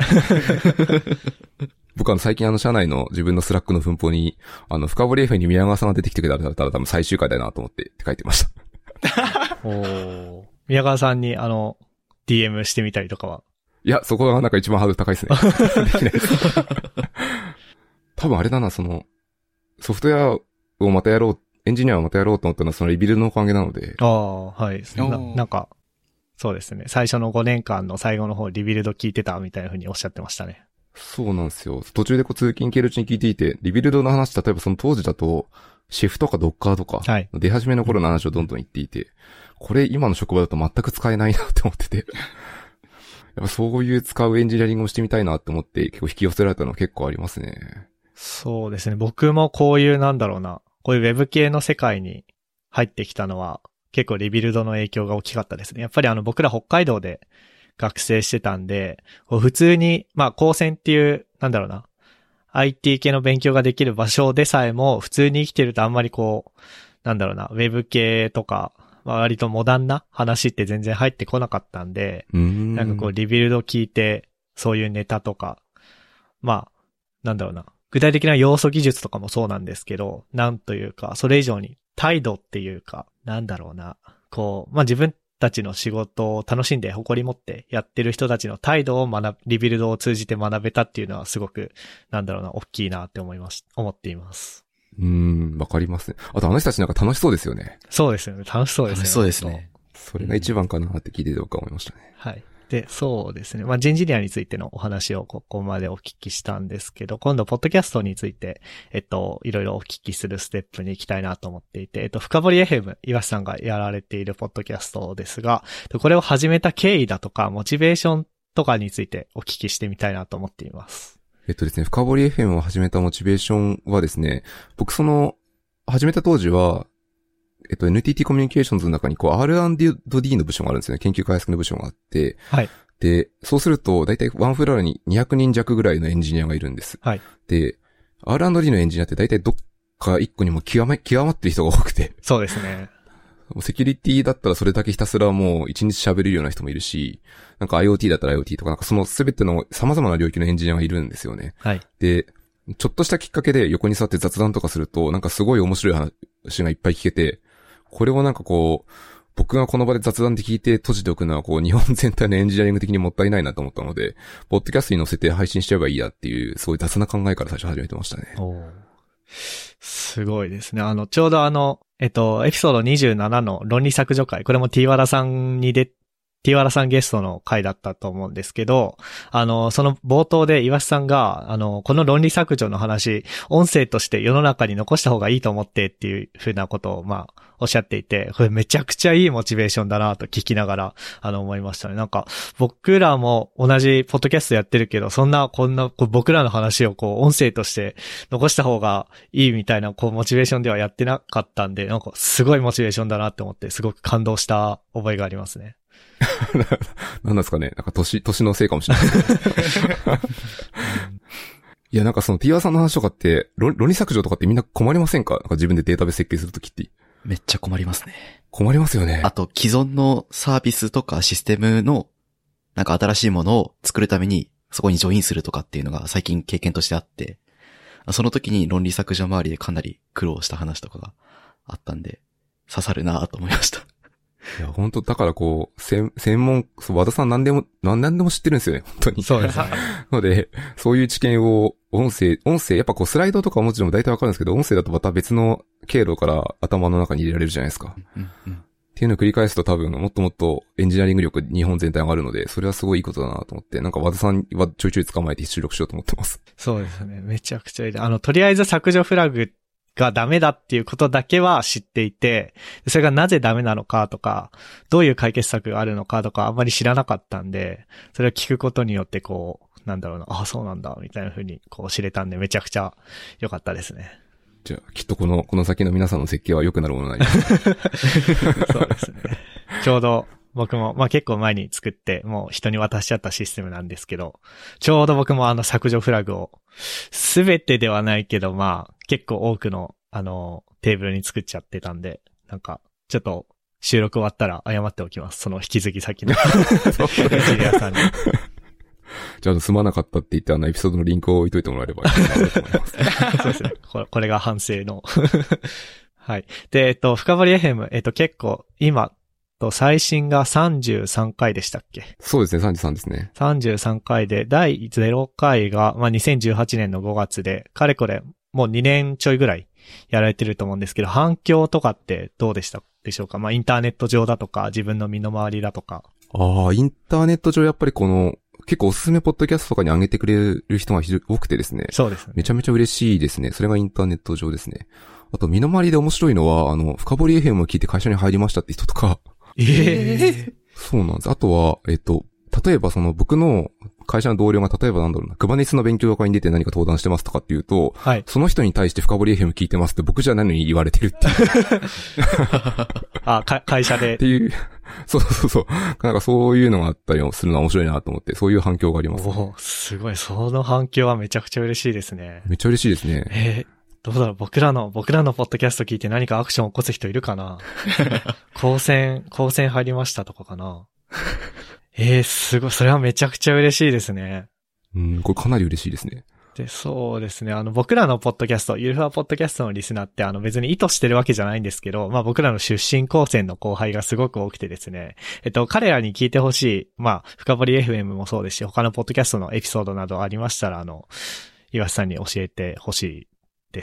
僕は最近あの社内の自分のスラックの奮法に、あの、深掘り エフエム に宮川さんが出てきてくれたら多分最終回だなと思ってって書いてました。 おー。宮川さんにあの、ディーエム してみたりとかは？ いや、そこがなんか一番ハードル高いですね。できないです。多分あれだな、その、ソフトウェアをまたやろう、エンジニアをまたやろうと思ったのはそのリビルドのおかげなので。 ああ、はい。な、なんか、そうですね。最初のごねんかんの最後の方リビルド聞いてたみたいな風におっしゃってましたね。 そうなんですよ。途中でこう通勤系のうちに聞いていて、リビルドの話、例えばその当時だと、シェフとかドッカーとか、 はい出始めの頃の話をどんどん言っていて、これ今の職場だと全く使えないなって思ってて、やっぱそういう使うエンジニアリングをしてみたいなって思って結構引き寄せられたのは結構ありますね。 そうですね。僕もこういうなんだろうな、こういうウェブ系の世界に入ってきたのは結構リビルドの影響が大きかったですね。やっぱりあの僕ら北海道で学生してたんで、こう普通に、まあ高専っていう、なんだろうな、アイティー 系の勉強ができる場所でさえも普通に生きてるとあんまりこう、なんだろうな、ウェブ系とか、まあ、割とモダンな話って全然入ってこなかったんで、 うーん。 なんかこうリビルド聞いて、そういうネタとか、まあ、なんだろうな、具体的な要素技術とかもそうなんですけど、なんというか、それ以上に態度っていうか、なんだろうな、こう、まあ自分たちの仕事を楽しんで誇り持ってやってる人たちの態度を学ぶ、リビルドを通じて学べたっていうのはすごく、なんだろうな、大きいなって思います、思っています。 うーん、わかりますね。あとあの人たちなんか楽しそうですよね。 そうですよね。楽しそうですよね。 楽しそうですね。 それが一番かなって聞いてて僕は思いましたね。 はい。で、そうですね。まあ、人事ニアについてのお話をここまでお聞きしたんですけど、今度、ポッドキャストについて、えっと、いろいろお聞きするステップに行きたいなと思っていて、えっと、深掘り エフエム、岩瀬さんがやられているポッドキャストですが、これを始めた経緯だとか、モチベーションとかについてお聞きしてみたいなと思っています。 えっとですね、深掘り エフエム を始めたモチベーションはですね、僕その、始めた当時は、えっと、エヌティーティー コミュニケーションズの中にこう アールアンドディー の部署があるんですよね。研究開発の部署があって。 はい。 で、そうすると、だいたいワンフロアににひゃくにん弱ぐらいのエンジニアがいるんです。 はい。 で、アールアンドディー のエンジニアってだいたいどっか一個にも極め、極まってる人が多くて。 そうですね。 セキュリティだったらそれだけひたすらもう一日喋れるような人もいるし、なんか IoT だったら IoT とかなんかそのすべての様々な領域のエンジニアがいるんですよね。 はい。 で、ちょっとしたきっかけで横に座って雑談とかすると、なんかすごい面白い話がいっぱい聞けて、これをなんかこう、僕がこの場で雑談で聞いて閉じておくのはこう日本全体のエンジニアリング的にもったいないなと思ったので、ポッドキャストに載せて配信しちゃえばいいやっていう、そういう雑な考えから最初始めてましたね。 おー、すごいですね。あの、ちょうどあの、えっと、エピソードにじゅうななの論理削除会、これも T ワラさんにで、T ワラさんゲストの回だったと思うんですけど、あの、その冒頭で岩瀬さんが、あの、この論理削除の話、音声として世の中に残した方がいいと思ってっていうふうなことを、まあ、おっしゃっていて、これめちゃくちゃいいモチベーションだなと聞きながら、あの、思いましたね。なんか、僕らも同じポッドキャストやってるけど、そんな、こんな、こう僕らの話をこう、音声として残した方がいいみたいな、こう、モチベーションではやってなかったんで、なんか、すごいモチベーションだなって思って、すごく感動した覚えがありますね。 なんですかね、なんか年、年のせいかもしれない。いや、なんかその T ワさんの話とかって、論理削除とかってみんな困りませんか？なんか自分でデータベース設計するときって。 めっちゃ困りますね。 困りますよね。 あと、既存のサービスとかシステムの、なんか新しいものを作るために、そこにジョインするとかっていうのが最近経験としてあって、その時に論理削除周りでかなり苦労した話とかがあったんで、刺さるなぁと思いました。 いや、本当だからこう、専、専門、そう、和田さん何でも、何でも知ってるんですよね、本当に。 そうですね。 ので、そういう知見を、音声、音声、やっぱこうスライドとかはもちろん大体わかるんですけど、音声だとまた別の経路から頭の中に入れられるじゃないですか。 うんうん、 っていうのを繰り返すと多分、もっともっとエンジニアリング力日本全体上がるので、それはすごいいいことだなと思って、なんか和田さんはちょいちょい捕まえて収録しようと思ってます。 そうですね。めちゃくちゃいい。あの、とりあえず削除フラグがダメだっていうことだけは知っていて、それがなぜダメなのかとか、どういう解決策があるのかとかあんまり知らなかったんで、それを聞くことによってこう、なんだろうな、あ、そうなんだ、みたいな風にこう知れたんでめちゃくちゃ良かったですね。 じゃあ、きっとこの、この先の皆さんの設計は良くなるものになります。 そうですね。ちょうど僕も、まあ結構前に作って、もう人に渡しちゃったシステムなんですけど、ちょうど僕もあの削除フラグを、すべてではないけど、まあ結構多くの、あの、テーブルに作っちゃってたんで、なんか、ちょっと収録終わったら謝っておきます。その引き継ぎ先のエンジニアさんに。 じゃあ、すまなかったって言ってあのエピソードのリンクを置いといてもらえればいいなと思います。 そうですね。これ、これが反省の。はい。で、えっと、深掘り エフエム、えっと、結構、今、と最新がさんじゅうさんかいでしたっけ？ そうですね、さんじゅうさんですね。 さんじゅうさんかいで、だいゼロかいが、まあ、にせんじゅうはちねんのごがつで、かれこれ、もうにねんちょいぐらいやられてると思うんですけど、反響とかってどうでしたでしょうか？まあ、インターネット上だとか、自分の身の回りだとか。 ああ、インターネット上やっぱりこの、 結構おすすめポッドキャストとかに上げてくれる人が非常に多くてですね。 そうですね。 めちゃめちゃ嬉しいですね。それがインターネット上ですね。あと、身の回りで面白いのは、あの、深掘り エフエム を聞いて会社に入りましたって人とか。 ええー、 そうなんです。あとは、えっと、例えばその僕の会社の同僚が例えばなんだろうな、Kubernetesの勉強会に出て何か登壇してますとかっていうと、はい、その人に対して深掘り エフエム 聞いてますって僕じゃないのに言われてるっていう。 あ、か、会社で。 っていう、そうそうそう。なんかそういうのがあったりするのは面白いなと思って、そういう反響があります、ね。 おー、すごい。その反響はめちゃくちゃ嬉しいですね。 めっちゃ嬉しいですね。 えーどうだろう僕らの、僕らのポッドキャスト聞いて何かアクションを起こす人いるかな高専、高専入りましたとかかなえー、すごい。それはめちゃくちゃ嬉しいですね。 うん、これかなり嬉しいですね。 で、そうですね。あの、僕らのポッドキャスト、ゆるふわポッドキャストのリスナーって、あの、別に意図してるわけじゃないんですけど、まあ僕らの出身高専の後輩がすごく多くてですね。えっと、彼らに聞いてほしい、まあ、深掘り エフエム もそうですし、他のポッドキャストのエピソードなどありましたら、あの、岩瀬さんに教えてほしいです。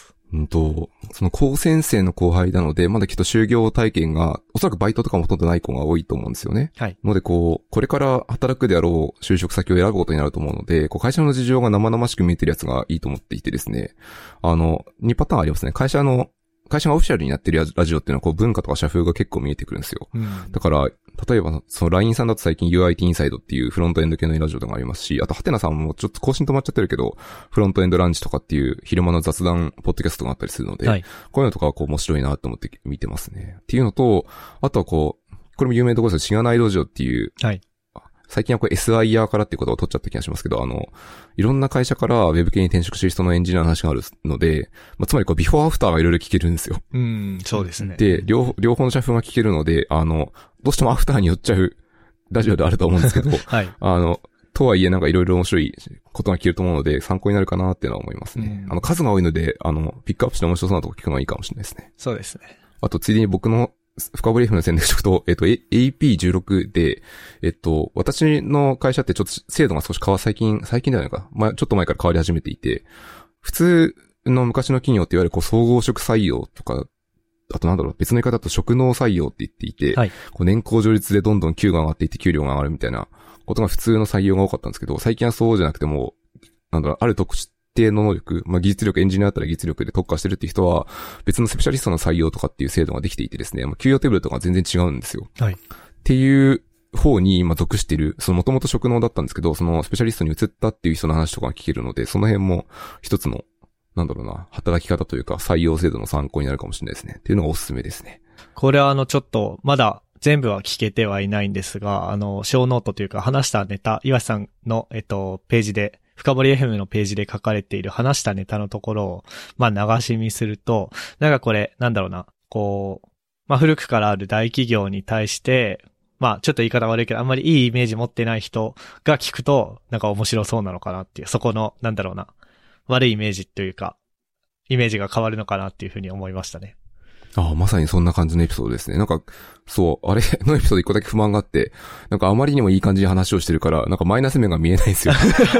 うんと、その高専生の後輩なので、まだきっと就業体験が、おそらくバイトとかもほとんどない子が多いと思うんですよね。はい。のでこう、これから働くであろう就職先を選ぶことになると思うので、こう会社の事情が生々しく見えてるやつがいいと思っていてですね。あの、にパターンありますね。会社の、会社がオフィシャルになってるラジオっていうのはこう文化とか社風が結構見えてくるんですよ。うん、だから、例えば、その ライン さんだと最近 ユーアイティー インサイドっていうフロントエンド系のラジオとかもありますし、あとハテナさんもちょっと更新止まっちゃってるけど、フロントエンドランチとかっていう昼間の雑談ポッドキャストがあったりするので、はい、こういうのとかはこう面白いなと思って見てますね。っていうのと、あとはこう、これも有名なところですけど、しがない道場っていう、はい、最近はこれ エスアイアール からっていう言葉を取っちゃった気がしますけど、あの、いろんな会社からウェブ系に転職してる人のエンジニアの話があるので、まあ、つまりこうビフォーアフターがいろいろ聞けるんですよ。 うん、そうですね。 で、両方、両方の社風が聞けるので、あの、どうしてもアフターに寄っちゃうラジオであると思うんですけど、はい。あの、とはいえなんかいろいろ面白いことが聞けると思うので、参考になるかなっていうのは思いますね。うん、あの、数が多いので、あの、ピックアップして面白そうなとこ聞くのがいいかもしれないですね。 そうですね。 あと、ついでに僕の深掘り エフエム の宣伝しとくと、えっと、エーピーじゅうろく で、えっと、私の会社ってちょっと制度が少し変わ、最近、最近じゃないか、まあ、ちょっと前から変わり始めていて、普通の昔の企業っていわゆるこう総合職採用とか、あとなんだろう、別の言い方だと職能採用って言っていて、はい、こう年功序列でどんどん給が上がっていって給料が上がるみたいなことが普通の採用が多かったんですけど、最近はそうじゃなくても、なんだろう、ある特定の能力、まあ技術力、エンジニアだったら技術力で特化してるっていう人は、別のスペシャリストの採用とかっていう制度ができていてですね、まあ給与テーブルとか全然違うんですよ。はい。っていう方に今属してる、その元々職能だったんですけど、そのスペシャリストに移ったっていう人の話とかが聞けるので、その辺も一つのなんだろうな、働き方というか採用制度の参考になるかもしれないですね。っていうのがおすすめですね。 これはあのちょっと、まだ全部は聞けてはいないんですが、あの、小ノートというか話したネタ、岩瀬さんの、えっと、ページで、深掘り エフエム のページで書かれている話したネタのところを、まあ流し見すると、なんかこれ、なんだろうな、こう、まあ古くからある大企業に対して、まあちょっと言い方悪いけど、あんまりいいイメージ持ってない人が聞くと、なんか面白そうなのかなっていう、そこの、なんだろうな、悪いイメージというか、イメージが変わるのかなっていうふうに思いましたね。 ああ、まさにそんな感じのエピソードですね。なんか、そう、あれのエピソード一個だけ不満があって、なんかあまりにもいい感じに話をしてるから、なんかマイナス面が見えないんですよ。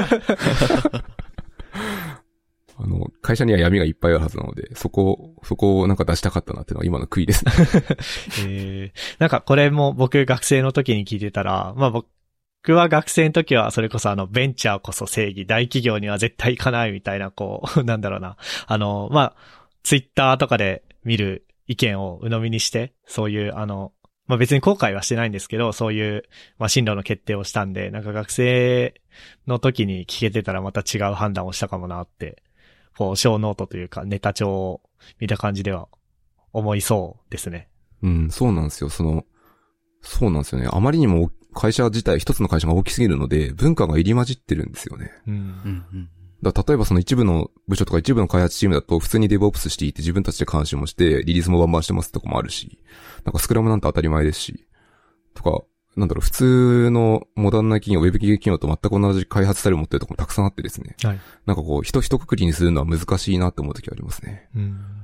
あの、会社には闇がいっぱいあるはずなので、そこを、そこをなんか出したかったなっていうのは今の悔いですね。 えー、なんかこれも僕学生の時に聞いてたら、まあ僕、僕は学生の時はそれこそあのベンチャーこそ正義、大企業には絶対行かないみたいなこう、なんだろうな。あの、まあ、ツイッターとかで見る意見を鵜呑みにして、そういうあの、まあ別に後悔はしてないんですけど、そういう、まあ進路の決定をしたんで、なんか学生の時に聞けてたらまた違う判断をしたかもなって、こう、小ノートというかネタ帳を見た感じでは思いそうですね。 うん、そうなんですよ。その、そうなんですよね。あまりにも会社自体、一つの会社が大きすぎるので、文化が入り混じってるんですよね。うんうんうん、だ例えばその一部の部署とか一部の開発チームだと普通に DevOps していて自分たちで監修もしてリリースもバンバンしてますってとこもあるし、なんかスクラムなんて当たり前ですし、とか、なんだろう、普通のモダンな企業、ウェブ企業企業と全く同じ開発スタイルを持ってるとこもたくさんあってですね。はい。なんかこう、一一括りにするのは難しいなって思うときありますね。うん。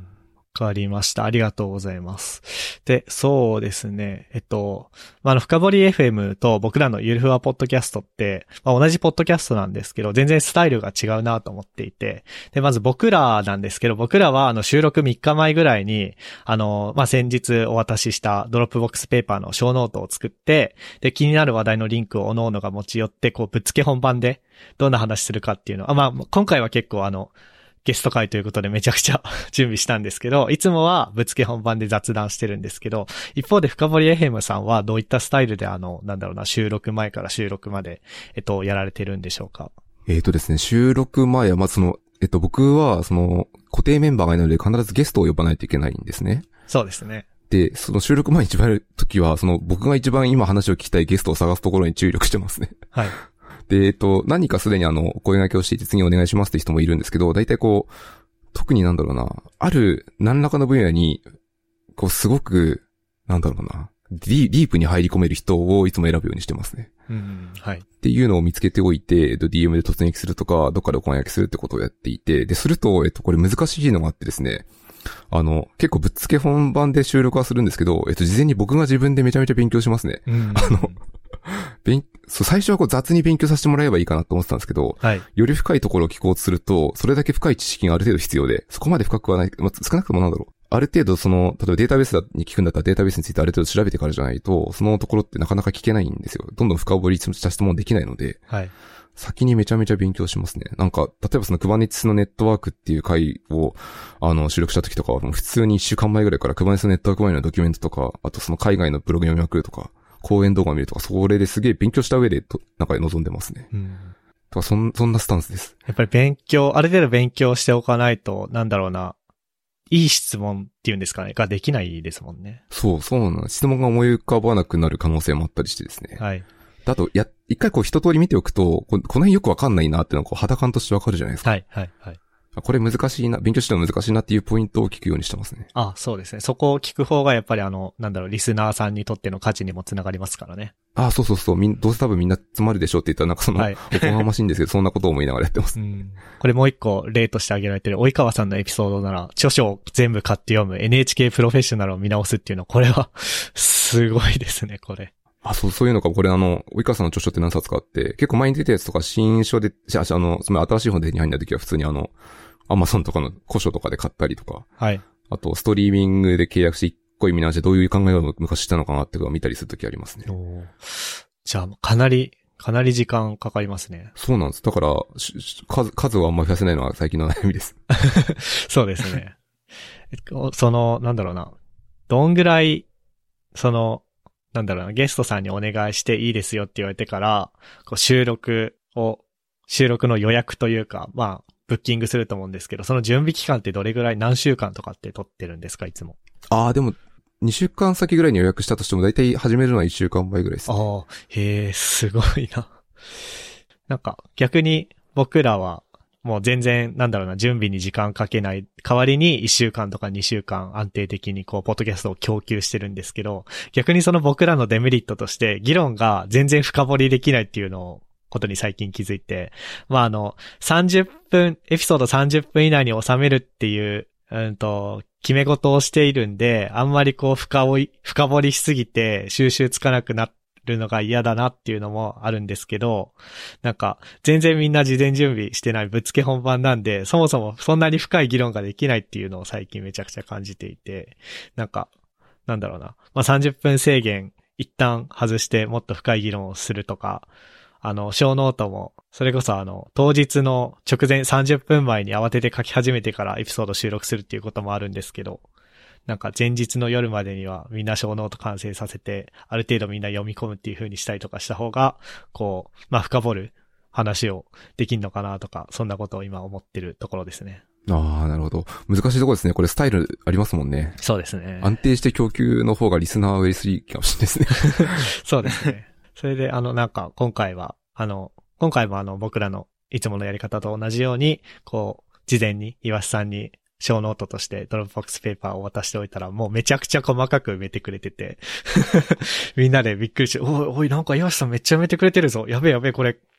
わかりました。ありがとうございます。で、そうですね。えっと、まあ、あの、深掘り エフエム と僕らのゆるふわポッドキャストって、まあ、同じポッドキャストなんですけど、全然スタイルが違うなと思っていて、で、まず僕らなんですけど、僕らはあの、収録みっかまえぐらいに、あの、まあ、先日お渡ししたドロップボックスペーパーの小ノートを作って、で、気になる話題のリンクを各々が持ち寄って、こう、ぶっつけ本番で、どんな話するかっていうの。あ、まあ、今回は結構あの、ゲスト会ということでめちゃくちゃ準備したんですけど、いつもはぶっつけ本番で雑談してるんですけど、一方で深掘り エフエム さんはどういったスタイルであの、なんだろうな、収録前から収録まで、えっと、やられてるんでしょうか？ えっとですね、収録前は、まずその、えっと、僕は、その、固定メンバーがいるので必ずゲストを呼ばないといけないんですね。 そうですね。 で、その収録前に一番やるときは、その、僕が一番今話を聞きたいゲストを探すところに注力してますね。 はい。 で、えっと、何かすでにあの、お声掛けをしていて次お願いしますって人もいるんですけど、大体こう、特になんだろうな、ある何らかの分野に、こうすごく、なんだろうな、ディ, ディープに入り込める人をいつも選ぶようにしてますね。 うん、はい。っていうのを見つけておいて、えっと、ディーエム で突撃するとか、どっかでお声掛けするってことをやっていて、で、すると、えっと、これ難しいのがあってですね、あの、結構ぶっつけ本番で収録はするんですけど、えっと、事前に僕が自分でめちゃめちゃ勉強しますね。うん、あの、勉、そう、最初はこう雑に勉強させてもらえばいいかなと思ってたんですけど、はい。より深いところを聞こうとすると、それだけ深い知識がある程度必要で、そこまで深くはない、まあ、少なくともなんだろう。ある程度その、例えばデータベースに聞くんだったらデータベースについてある程度調べてからじゃないと、そのところってなかなか聞けないんですよ。どんどん深掘りした質問できないので、はい。先にめちゃめちゃ勉強しますね。なんか、例えばその Kubernetes のネットワークっていう回を、あの、収録した時とかは、もう普通に一週間前ぐらいから Kubernetes のネットワーク前のドキュメントとか、あとその海外のブログ読みまくるとか、講演動画を見るとか、それですげえ勉強した上でと、なんか望んでますね。うん。とか、そん、そんなスタンスです。 やっぱり勉強、ある程度勉強しておかないと、なんだろうな、いい質問っていうんですかね、ができないですもんね。 そう、そうなんです。質問が思い浮かばなくなる可能性もあったりしてですね。はい。あと、や、一回こう一通り見ておくと、こ, この辺よくわかんないなっていうのがこう肌感としてわかるじゃないですか。はい、はい、はい。これ難しいな、勉強しても難しいなっていうポイントを聞くようにしてますね。 あ、そうですね。そこを聞く方がやっぱりあの、なんだろう、リスナーさんにとっての価値にもつながりますからね。 あ、そうそうそう。みん、どうせ多分みんな詰まるでしょうって言ったらなんかその、はい、おこがましいんですけど、そんなことを思いながらやってます。うん。 これもう一個例として挙げられてる、及川さんのエピソードなら、著書を全部買って読む エヌエイチケー プロフェッショナルを見直すっていうの、これは、すごいですね、これ。 あ、そう、そういうのか、これあの、及川さんの著書って何冊かあって、結構前に出たやつとか新書で、じゃあ、あの、つまり新しい本で手に入んないときは普通にあの、アマゾンとかの古書とかで買ったりとか。はい。あと、ストリーミングで契約して一個見直してどういう考えを昔したのかなっていうのを見たりするときありますね。おじゃあ、かなり、かなり時間かかりますね。 そうなんです。だから、数、数をあんまり増やせないのは最近の悩みです。 そうですね。その、なんだろうな。どんぐらい、その、なんだろうな、ゲストさんにお願いしていいですよって言われてから、こう収録を、収録の予約というか、まあ、ブッキングすると思うんですけど、その準備期間ってどれぐらい、何週間とかって取ってるんですか、いつも。 ああ、でも、にしゅうかん先ぐらいに予約したとしても、だいたい始めるのはいっしゅうかんまえぐらいですね。 ああ、へえ、すごいな。なんか、逆に僕らは、もう全然、なんだろうな、準備に時間かけない。代わりにいっしゅうかんとかにしゅうかん安定的にこう、ポッドキャストを供給してるんですけど、逆にその僕らのデメリットとして、議論が全然深掘りできないっていうのを、ことに最近気づいて、まあ、あの、さんじゅっぷん、エピソードさんじゅっぷん以内に収めるっていう、うんと、決め事をしているんで、あんまりこう、深掘り、深掘りしすぎて、収集つかなくなるのが嫌だなっていうのもあるんですけど、なんか、全然みんな事前準備してないぶっつけ本番なんで、そもそもそんなに深い議論ができないっていうのを最近めちゃくちゃ感じていて、なんか、なんだろうな。まあ、さんじゅっぷん制限、一旦外してもっと深い議論をするとか、あの、小ノートも、それこそあの、当日の直前さんじゅっぷんまえに慌てて書き始めてからエピソード収録するっていうこともあるんですけど、なんか前日の夜までにはみんな小ノート完成させて、ある程度みんな読み込むっていう風にしたりとかした方が、こう、まあ、深掘る話をできんのかなとか、そんなことを今思ってるところですね。 ああ、なるほど。難しいところですね。これスタイルありますもんね。 そうですね。 安定して供給の方がリスナーは嬉しいかもしれないですね。 そうですね。それで、あの、なんか、今回は、あの、今回もあの、僕らのいつものやり方と同じように、こう、事前に岩瀬さんに小ノートとしてドロップボックスペーパーを渡しておいたら、もうめちゃくちゃ細かく埋めてくれてて、みんなでびっくりして、おい、おい、なんか岩瀬さんめっちゃ埋めてくれてるぞ。やべえやべえ、これ、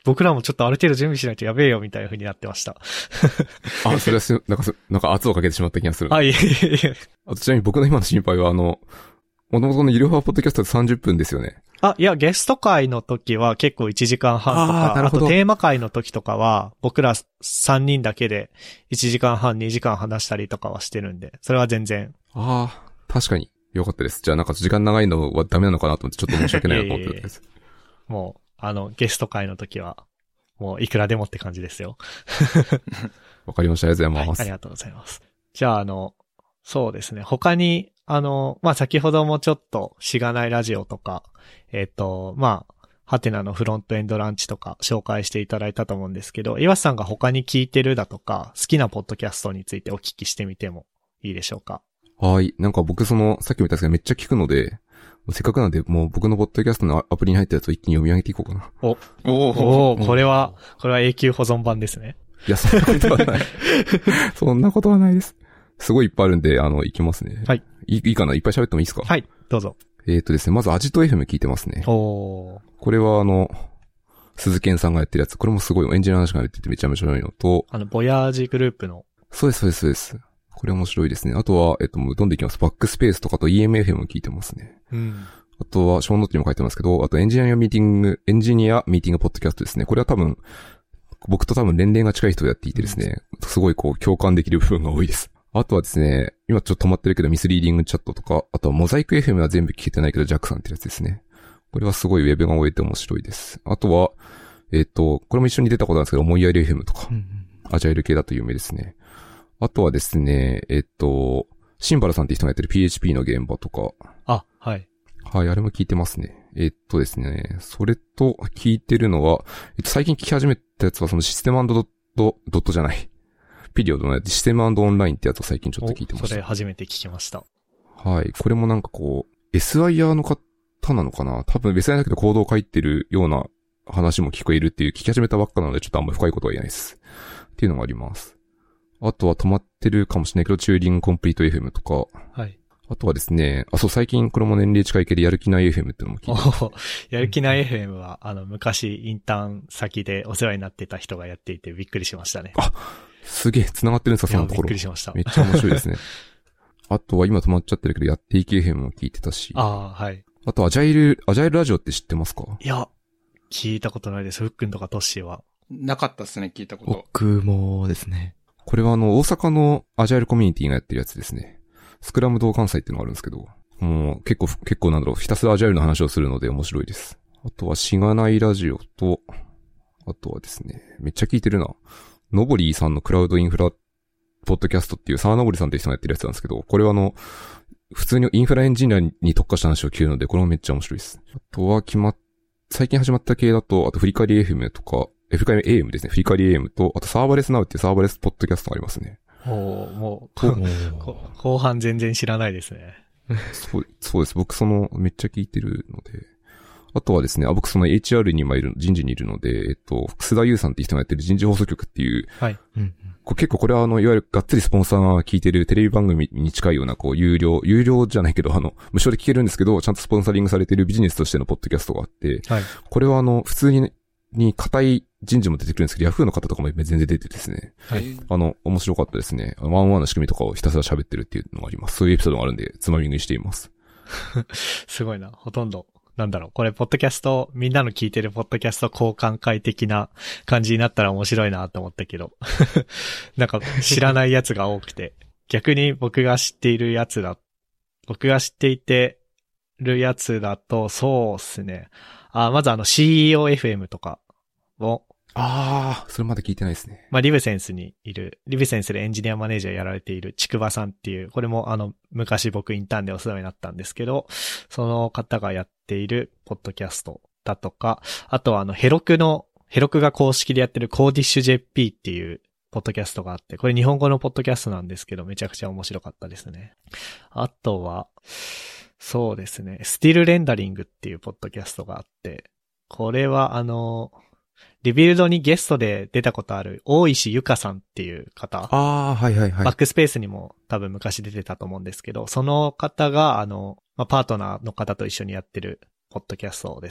僕らもちょっとある程度準備しないとやべえよみたいな風になってました。 あ、それはす、なんかす、なんか圧をかけてしまった気がする。 あ、いえいえいえ。 あとちなみに僕の今の心配は、あの、もともとのゆるふわポッドキャストでさんじゅっぷんですよね。 あ、いや、ゲスト会の時は結構いちじかんはんとか、あ, あとテーマ会の時とかは、僕らさんにんだけでいちじかんはん、にじかん話したりとかはしてるんで、それは全然。 ああ、確かに。よかったです。じゃあなんか時間長いのはダメなのかなと思ってちょっと申し訳ないなと思ってたんです。 もう、あの、ゲスト会の時は、もういくらでもって感じですよ。 わかりました。ありがとうございます、 はい。ありがとうございます。じゃあ、あの、そうですね。他に、あの、まあ、先ほどもちょっと、しがないラジオとか、えっと、まあ、ハテナのフロントエンドランチとか紹介していただいたと思うんですけど、岩瀬さんが他に聞いてるだとか、好きなポッドキャストについてお聞きしてみてもいいでしょうか。 はい。なんか僕その、さっきも言ったんですけどめっちゃ聞くので、せっかくなんでもう僕のポッドキャストのアプリに入ったやつを一気に読み上げていこうかな。 お、おおこれは、これは永久保存版ですね。 いや、そんなことはない。そんなことはないです。すごいいっぱいあるんで、あの、いきますね。 はい。 いい、いいかないっぱい喋ってもいいですか？ はい、どうぞ。 えっとですね、まずアジト エフエム 聞いてますね。 おー。 これはあの、鈴賢さんがやってるやつ。これもすごいエンジニアの話が出ててめちゃめちゃ面白いのと。 あの、ボヤージグループの。 そうです、そうです、そうです。これ面白いですね。あとは、えっと、どんどんいきます。バックスペースとかと イーエムエフエム も聞いてますね。 うん。 あとは、ショーノートにも書いてますけど、あとエンジニアミーティング、エンジニアミーティングポッドキャストですね。これは多分、僕と多分年齢が近い人をやっていてですね、うん、すごいこう共感できる部分が多いです。あとはですね、今ちょっと止まってるけどミスリーディングチャットとか、あとはモザイク エフエム は全部聞けてないけどジャックさんってやつですね。これはすごいウェブが終えて面白いです。あとは、えっと、これも一緒に出たことなんですけど、思いやり エフエム とか、うん、アジャイル系だと有名ですね。あとはですね、えっと、シンバラさんって人がやってる ピーエイチピー の現場とか。 あ、はい。 はい、あれも聞いてますね。えっとですね、それと聞いてるのは、えっと、最近聞き始めたやつはそのシステム&ドット、ドットじゃない。ピリオドのやつ、システム&オンラインってやつを最近ちょっと聞いてました。 それ初めて聞きました。 はい。これもなんかこう、エスアイアール の方なのかな？多分別にだけどコードを書いてるような話も聞こえるっていう聞き始めたばっかなのでちょっとあんまり深いことは言えないです。っていうのがあります。あとは止まってるかもしれないけど、チューリングコンプリート エフエム とか。 はい。 あとはですね、あ、そう、最近これも年齢近いけど、やる気ない エフエム ってのも聞いてます。 おやる気ない エフエム は、あの、昔インターン先でお世話になってた人がやっていてびっくりしましたね。 あ、すげえ、繋がってるんですか、そのところ。 びっくりしました。 めっちゃ面白いですね。あとは今止まっちゃってるけど、やっていき エフエム も聞いてたし。 ああ、はい。 あと、アジャイル、アジャイルラジオって知ってますか？ いや、聞いたことないです。ふっくんとかトッシーは。 なかったですね、聞いたこと。 僕もですね。 これはあの、大阪のアジャイルコミュニティがやってるやつですね。スクラム同関西っていうのがあるんですけど、もう結構、結構なんだろう、ひたすらアジャイルの話をするので面白いです。あとは、しがないラジオと、あとはですね、めっちゃ聞いてるな。のぼりーさんのクラウドインフラポッドキャストっていう沢のぼりさんっていう人がやってるやつなんですけど、これはあの、普通にインフラエンジニアに特化した話を聞けるので、これもめっちゃ面白いです。あとは決まっ、最近始まった系だと、あとフリカリ エフエム とか、フリカリ エーエム ですね。フリカリ エーエム と、あとサーバレスナウっていうサーバレスポッドキャストがありますね。 おー、もう、後半全然知らないですね。 そう、そうです。僕その、めっちゃ聞いてるので。あとはですね、あ、僕その エイチアール に今いる、人事にいるので、えっと、須田優さんっていう人がやってる人事放送局っていう、 はい。うん、 こう結構これはあの、いわゆるがっつりスポンサーが聞いてるテレビ番組に近いような、こう、有料、有料じゃないけど、あの、無償で聞けるんですけど、ちゃんとスポンサリングされてるビジネスとしてのポッドキャストがあって、 はい。 これはあの、普通に、に硬い人事も出てくるんですけど、ヤフーの方とかも全然出ててですね。 はい。 あの、面白かったですね。ワンワンの仕組みとかをひたすら喋ってるっていうのがあります。そういうエピソードがあるんで、つまみ食いしています。 すごいな。ほとんど。なんだろう。これ、ポッドキャスト、みんなの聞いてるポッドキャスト交換会的な感じになったら面白いなと思ったけど。なんか、知らないやつが多くて。逆に僕が知っているやつだ、僕が知っていてるやつだと、そうっすね。あ、まずあの シーイーオーエフエム とかを。 ああ、それまだ聞いてないですね。 まあ、リブセンスにいる、リブセンスでエンジニアマネージャーやられているちくばさんっていう、これもあの、昔僕インターンでお世話になったんですけど、その方がやっているポッドキャストだとか、あとはあの、ヘロクの、ヘロクが公式でやってるコーディッシュ ジェーピー っていうポッドキャストがあって、これ日本語のポッドキャストなんですけど、めちゃくちゃ面白かったですね。あとは、そうですね、スティルレンダリングっていうポッドキャストがあって、これはあの、リビルドにゲストで出たことある大石ゆかさんっていう方。 ああ、はいはいはい。 バックスペースにも多分昔出てたと思うんですけど、その方があの、まあ、パートナーの方と一緒にやってるポッドキャストですね。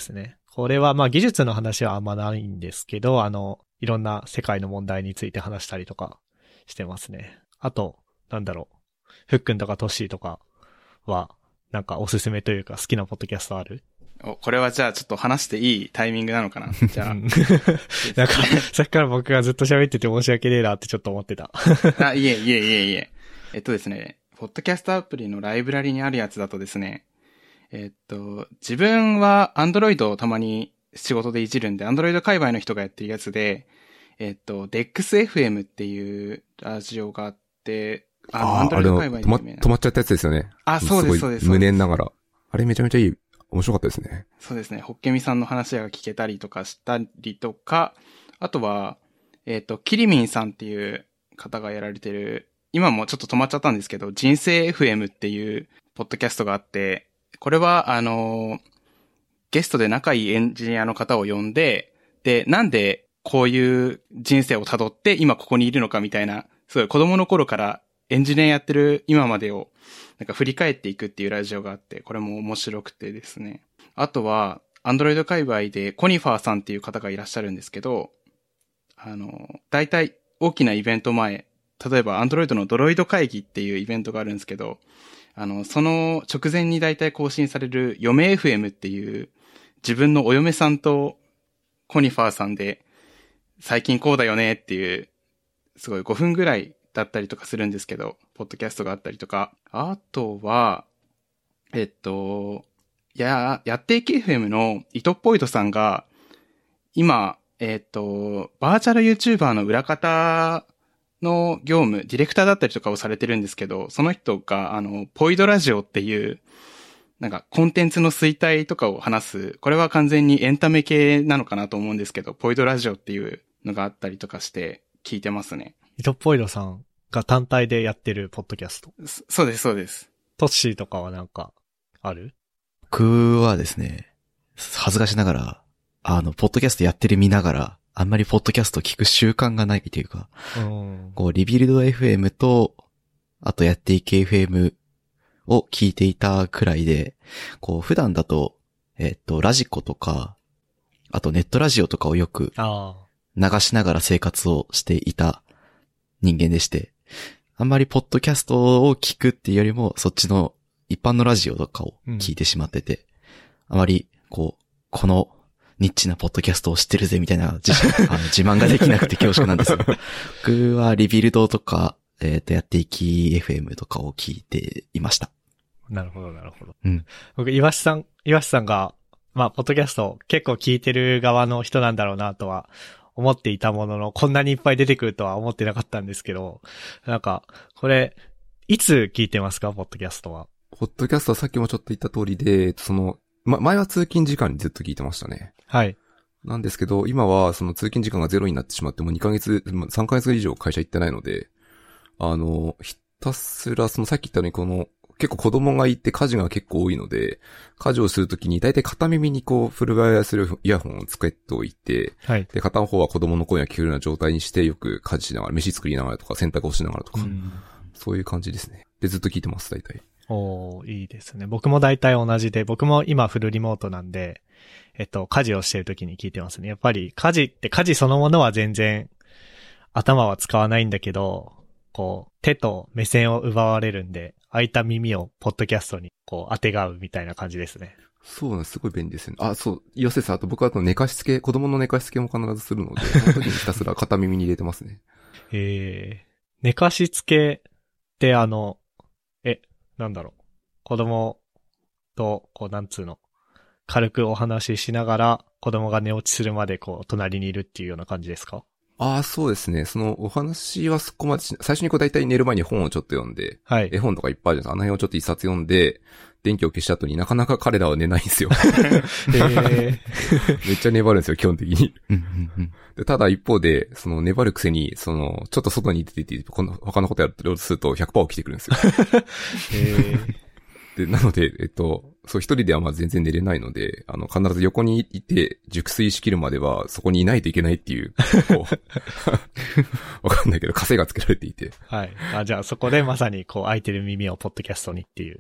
これはまあ技術の話はあんまないんですけど、あの、いろんな世界の問題について話したりとかしてますね。あと、なんだろう。ふっくんとかトッシーとかは、なんかおすすめというか好きなポッドキャストある？ お、これはじゃあちょっと話していいタイミングなのかなじゃあ。 なんか、さっきから僕がずっと喋ってて申し訳ねえなってちょっと思ってた。 あ、いえいえいえいえ。えっとですね、ポッドキャストアプリのライブラリにあるやつだとですね、えっと、自分は Android をたまに仕事でいじるんで、Android 界隈の人がやってるやつで、えっと、デックスエフエム っていうラジオがあって、 あの、Android 界隈で止ま、止まっちゃったやつですよね。 あ、そうです、そうです。 無念ながら。あれめちゃめちゃいい。面白かったですね。 そうですね。ホッケミさんの話が聞けたりとかしたりとか、あとは、えっと、キリミンさんっていう方がやられてる、今もちょっと止まっちゃったんですけど、人生 エフエム っていうポッドキャストがあって、これは、あの、ゲストで仲いいエンジニアの方を呼んで、で、なんでこういう人生を辿って今ここにいるのかみたいな、すごい子供の頃からエンジニアやってる今までをなんか振り返っていくっていうラジオがあって、これも面白くてですね。あとは、アンドロイド界隈でコニファーさんっていう方がいらっしゃるんですけど、あの、大体大きなイベント前、例えばアンドロイドのドロイド会議っていうイベントがあるんですけど、あの、その直前に大体更新される嫁 エフエム っていう、自分のお嫁さんとコニファーさんで、最近こうだよねっていう、すごいごふんぐらいだったりとかするんですけど、ポッドキャストがあったりとか、あとは、えっと、や、やっていき エフエム のイトッポイトさんが、今、えっと、バーチャル YouTuber の裏方の業務、ディレクターだったりとかをされてるんですけど、その人が、あの、ポイドラジオっていう、なんか、コンテンツの衰退とかを話す、これは完全にエンタメ系なのかなと思うんですけど、ポイドラジオっていうのがあったりとかして、聞いてますね。 イトッポイドさんが単体でやってるポッドキャスト。 そそうです、そうです。 トッシーとかはなんか、ある？ 僕はですね、恥ずかしながら、あの、ポッドキャストやってる見ながら、あんまりポッドキャスト聞く習慣がないというか、 うん、 こう、リビルド エフエム と、あとやっていけ エフエム を聞いていたくらいで、こう、普段だと、えっと、ラジコとか、あとネットラジオとかをよく流しながら生活をしていた人間でして、あんまりポッドキャストを聞くっていうよりも、そっちの一般のラジオとかを聞いてしまってて、うん、あまり、こう、このニッチなポッドキャストを知ってるぜみたいな自あの自慢ができなくて恐縮なんですよ。僕はリビルドとか、えっと、やっていき エフエム とかを聞いていました。 なるほど、なるほど。 うん。 僕、岩瀬さん、岩瀬さんが、まあ、ポッドキャスト結構聞いてる側の人なんだろうなとは思っていたものの、こんなにいっぱい出てくるとは思ってなかったんですけど、なんか、これ、いつ聞いてますか、ポッドキャストは。 ポッドキャストはさっきもちょっと言った通りで、その、ま、前は通勤時間にずっと聞いてましたね。 はい。 なんですけど、今はその通勤時間がゼロになってしまってもうにかげつ、さんかげつ以上会社行ってないので、あの、ひたすら、そのさっき言ったようにこの、結構子供がいて家事が結構多いので、家事をするときに大体片耳にこう、フルガイするイヤホンをつけておいて、 はい。 で、片方は子供の声が聞けるような状態にして、よく家事しながら、飯作りながらとか、洗濯をしながらとか、うん、そういう感じですね。で、ずっと聞いてます、大体。 おー、いいですね。僕も大体同じで、僕も今フルリモートなんで、えっと、家事をしてるときに聞いてますね。やっぱり家事って家事そのものは全然頭は使わないんだけど、こう、手と目線を奪われるんで、空いた耳をポッドキャストにこう当てがうみたいな感じですね。 そうなんです。すごい便利ですよね。あ、そう、岩瀬さん、あと僕はあと寝かしつけ、子供の寝かしつけも必ずするので、その時にひたすら片耳に入れてますね。 えー、寝かしつけってあの、え、なんだろう。子供と、こう、なんつうの、軽くお話ししながら、子供が寝落ちするまで、こう、隣にいるっていうような感じですか？ ああ、そうですね。その、お話はそこまでし、最初にこう大体寝る前に本をちょっと読んで、 はい。 絵本とかいっぱいあるじゃないですか。あの辺をちょっと一冊読んで、電気を消した後になかなか彼らは寝ないんですよ。 えー、 めっちゃ粘るんですよ、基本的に。でただ一方で、その粘るくせに、その、ちょっと外に出てて、この他のことやるとすると ひゃくパーセント 起きてくるんですよ。 えーで、なので、えっと、そう一人ではまあ全然寝れないので、あの、必ず横にいて熟睡しきるまではそこにいないといけないっていう、こう、わかんないけど、枷がつけられていて。 はい。あ、じゃあそこでまさにこう空いてる耳をポッドキャストにっていう。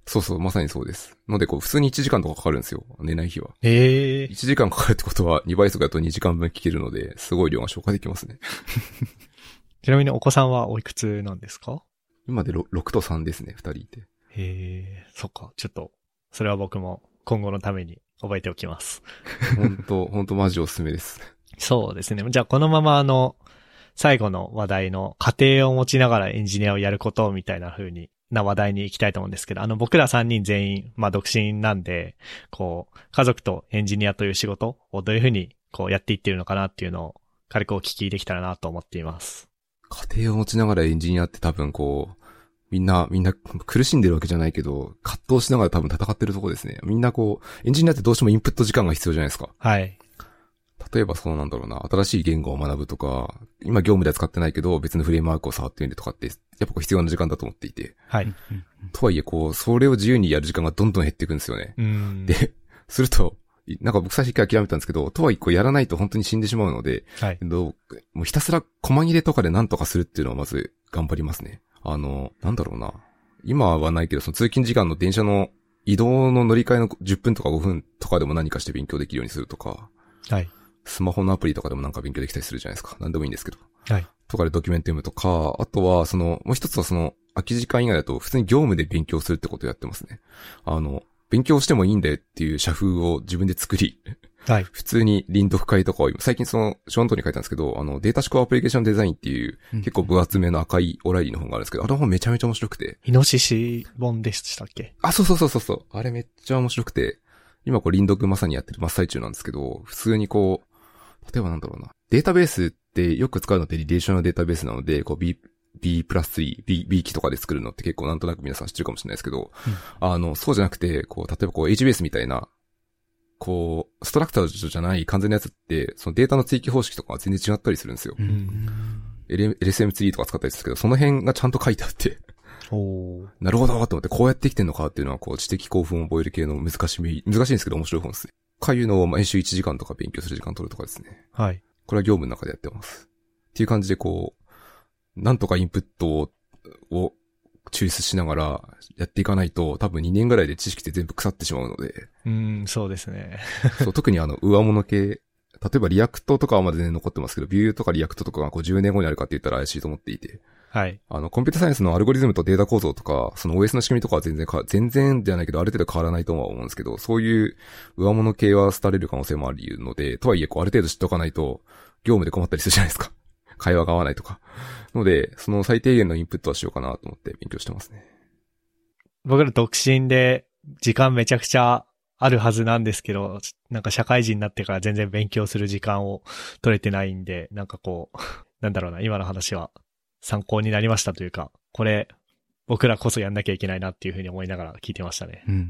そうそう、まさにそうです。ので、こう、普通にいちじかんとかかかるんですよ。寝ない日は。 ええー。 いちじかんかかるってことは、にばい速だとにじかんぶん聞けるので、すごい量が消化できますね。 ちなみにお子さんはおいくつなんですか？ 今で ろくとさんですね、ふたりいて。 へえ、そっか。ちょっと、それは僕も今後のために覚えておきます。 本当本当マジおすすめです。 そうですね。じゃあこのままあの、最後の話題の家庭を持ちながらエンジニアをやることみたいな風に、な話題に行きたいと思うんですけど、あの僕らさんにん全員、まあ独身なんで、こう、家族とエンジニアという仕事をどういう風にこうやっていってるのかなっていうのを軽くお聞きできたらなと思っています。 家庭を持ちながらエンジニアって多分こう、みんな、みんな苦しんでるわけじゃないけど、葛藤しながら多分戦ってるとこですね。みんなこう、エンジニアってどうしてもインプット時間が必要じゃないですか。 はい。 例えばそうなんだろうな、新しい言語を学ぶとか、今業務では使ってないけど別のフレームワークを触ってみるとかって、やっぱこう必要な時間だと思っていて。 はい。 とはいえこう、それを自由にやる時間がどんどん減っていくんですよね。 うん。 で、すると、なんか僕最初一回諦めたんですけど、とはいえこうやらないと本当に死んでしまうので、 はい。 もうひたすら細切れとかで何とかするっていうのをまず頑張りますね。あの、なんだろうな。今はないけど、その通勤時間の電車の移動の乗り換えのじゅっぷんとかごふんとかでも何かして勉強できるようにするとか。 はい。 スマホのアプリとかでもなんか勉強できたりするじゃないですか。なんでもいいんですけど。 はい。 とかでドキュメント読むとか、あとはその、もう一つはその、空き時間以外だと普通に業務で勉強するってことをやってますね。あの、勉強してもいいんだよっていう社風を自分で作り、 はい。 普通に臨読会とかを、最近その、ショーノートに書いたんですけど、あの、データ思考アプリケーションデザインっていう、結構分厚めの赤いオライリーの本があるんですけど、あの本めちゃめちゃ面白くて。 イノシシ本でしたっけ？ あ、そうそうそうそうそう。あれめっちゃ面白くて、今こう臨読まさにやってる真っ最中なんですけど、普通にこう、例えばなんだろうな。データベースってよく使うのってリレーショナルデータベースなので、こう B、B プラススリー、B、B 期とかで作るのって結構なんとなく皆さん知ってるかもしれないですけど、うん、あの、そうじゃなくて、こう、例えばこう エイチベース みたいな、こう、ストラクターじゃない完全なやつって、そのデータの追記方式とかが全然違ったりするんですよ。うん、エルエスエムスリー とか使ったりするけど、その辺がちゃんと書いてあって。おなるほどと思って、こうやってきてんのかっていうのは、こう、知的興奮を覚える系の難しみ、難しいんですけど面白い本ですね。かいうのを毎週いちじかんとか勉強する時間取るとかですね。 はい。 これは業務の中でやってます。っていう感じでこう、なんとかインプットを、を抽出しながらやっていかないと、多分にねんぐらいで知識って全部腐ってしまうので。 うーん、そうですね。 そう、特にあの、上物系、例えばリアクトとかはまだ全然残ってますけど、ビューとかリアクトとかがこうじゅうねんごにあるかって言ったら怪しいと思っていて。 はい。 あの、コンピュータサイエンスのアルゴリズムとデータ構造とか、その オーエス の仕組みとかは全然か、全然ではないけど、ある程度変わらないとは思うんですけど、そういう上物系は廃れる可能性もあるので、とはいえ、こう、ある程度知っておかないと、業務で困ったりするじゃないですか。会話が合わないとか。ので、その最低限のインプットはしようかなと思って勉強してますね。 僕ら独身で、時間めちゃくちゃあるはずなんですけど、なんか社会人になってから全然勉強する時間を取れてないんで、なんかこう、なんだろうな、今の話は参考になりましたというか、これ、僕らこそやんなきゃいけないなっていうふうに思いながら聞いてましたね。 うんうんうん。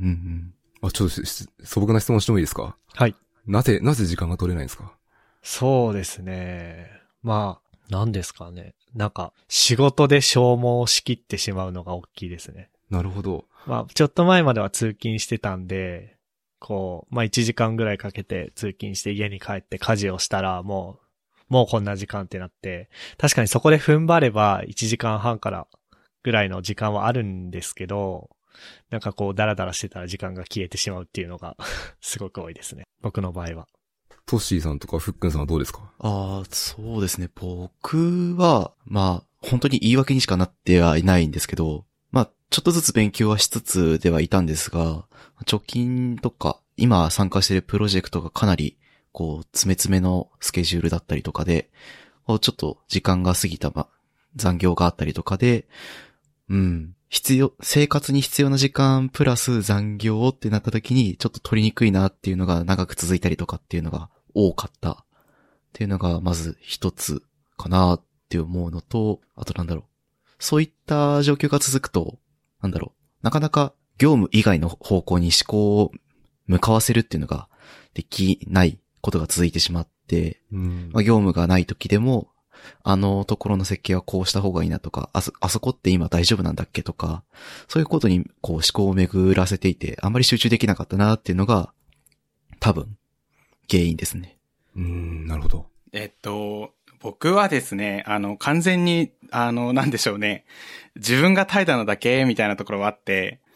あ、ちょっと素朴な質問してもいいですか？ はい。 なぜ、なぜ時間が取れないんですか？ そうですね。まあ、何ですかね。なんか、仕事で消耗しきってしまうのが大きいですね。 なるほど。 まあ、ちょっと前までは通勤してたんで、こう、まあいちじかんぐらいかけて通勤して家に帰って家事をしたら、もう、もうこんな時間ってなって、確かにそこで踏ん張ればいちじかんはんからぐらいの時間はあるんですけど、なんかこうダラダラしてたら時間が消えてしまうっていうのがすごく多いですね。僕の場合は。 トッシーさんとかフックンさんはどうですか？ ああ、そうですね。僕は、まあ、本当に言い訳にしかなってはいないんですけど、まあ、ちょっとずつ勉強はしつつではいたんですが、貯金とか、今参加しているプロジェクトがかなり、こう、詰め詰めのスケジュールだったりとかで、ちょっと時間が過ぎた、ま、残業があったりとかで、うん、必要、生活に必要な時間プラス残業ってなった時に、ちょっと取りにくいなっていうのが長く続いたりとかっていうのが多かったっていうのがまず一つかなって思うのと、あとなんだろう。そういった状況が続くと、なんだろう。なかなか業務以外の方向に思考を向かわせるっていうのができないことが続いてしまって、 うんまあ、業務がない時でも、あのところの設計はこうした方がいいなとか、あそ、あそこって今大丈夫なんだっけとか、そういうことにこう思考を巡らせていて、あんまり集中できなかったなっていうのが、多分、原因ですね。 うーん、なるほど。 えっと、僕はですね、あの、完全に、あの、なんでしょうね、自分が怠惰なだけみたいなところはあって、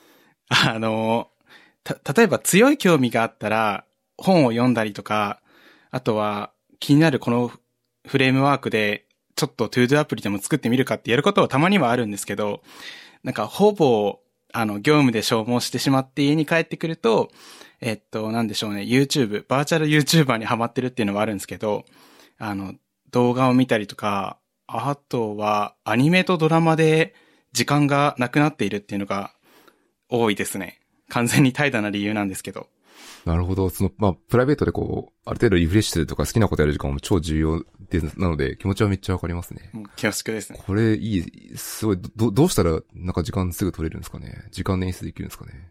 あの、た、例えば強い興味があったら、本を読んだりとか、あとは気になるこのフレームワークで、ちょっとトゥードゥアプリでも作ってみるかってやることはたまにはあるんですけど、なんかほぼ、あの、業務で消耗してしまって家に帰ってくると、えっと、なんでしょうね、YouTube、バーチャル YouTuber にハマってるっていうのはあるんですけど、あの、動画を見たりとか、あとはアニメとドラマで時間がなくなっているっていうのが多いですね。完全に怠惰な理由なんですけど。 なるほど。その、まあ、プライベートでこう、ある程度リフレッシュするとか好きなことやる時間も超重要で、なので気持ちはめっちゃわかりますね。 もう恐縮ですね。 これいい、すごい、ど、どうしたらなんか時間すぐ取れるんですかね。時間捻出できるんですかね。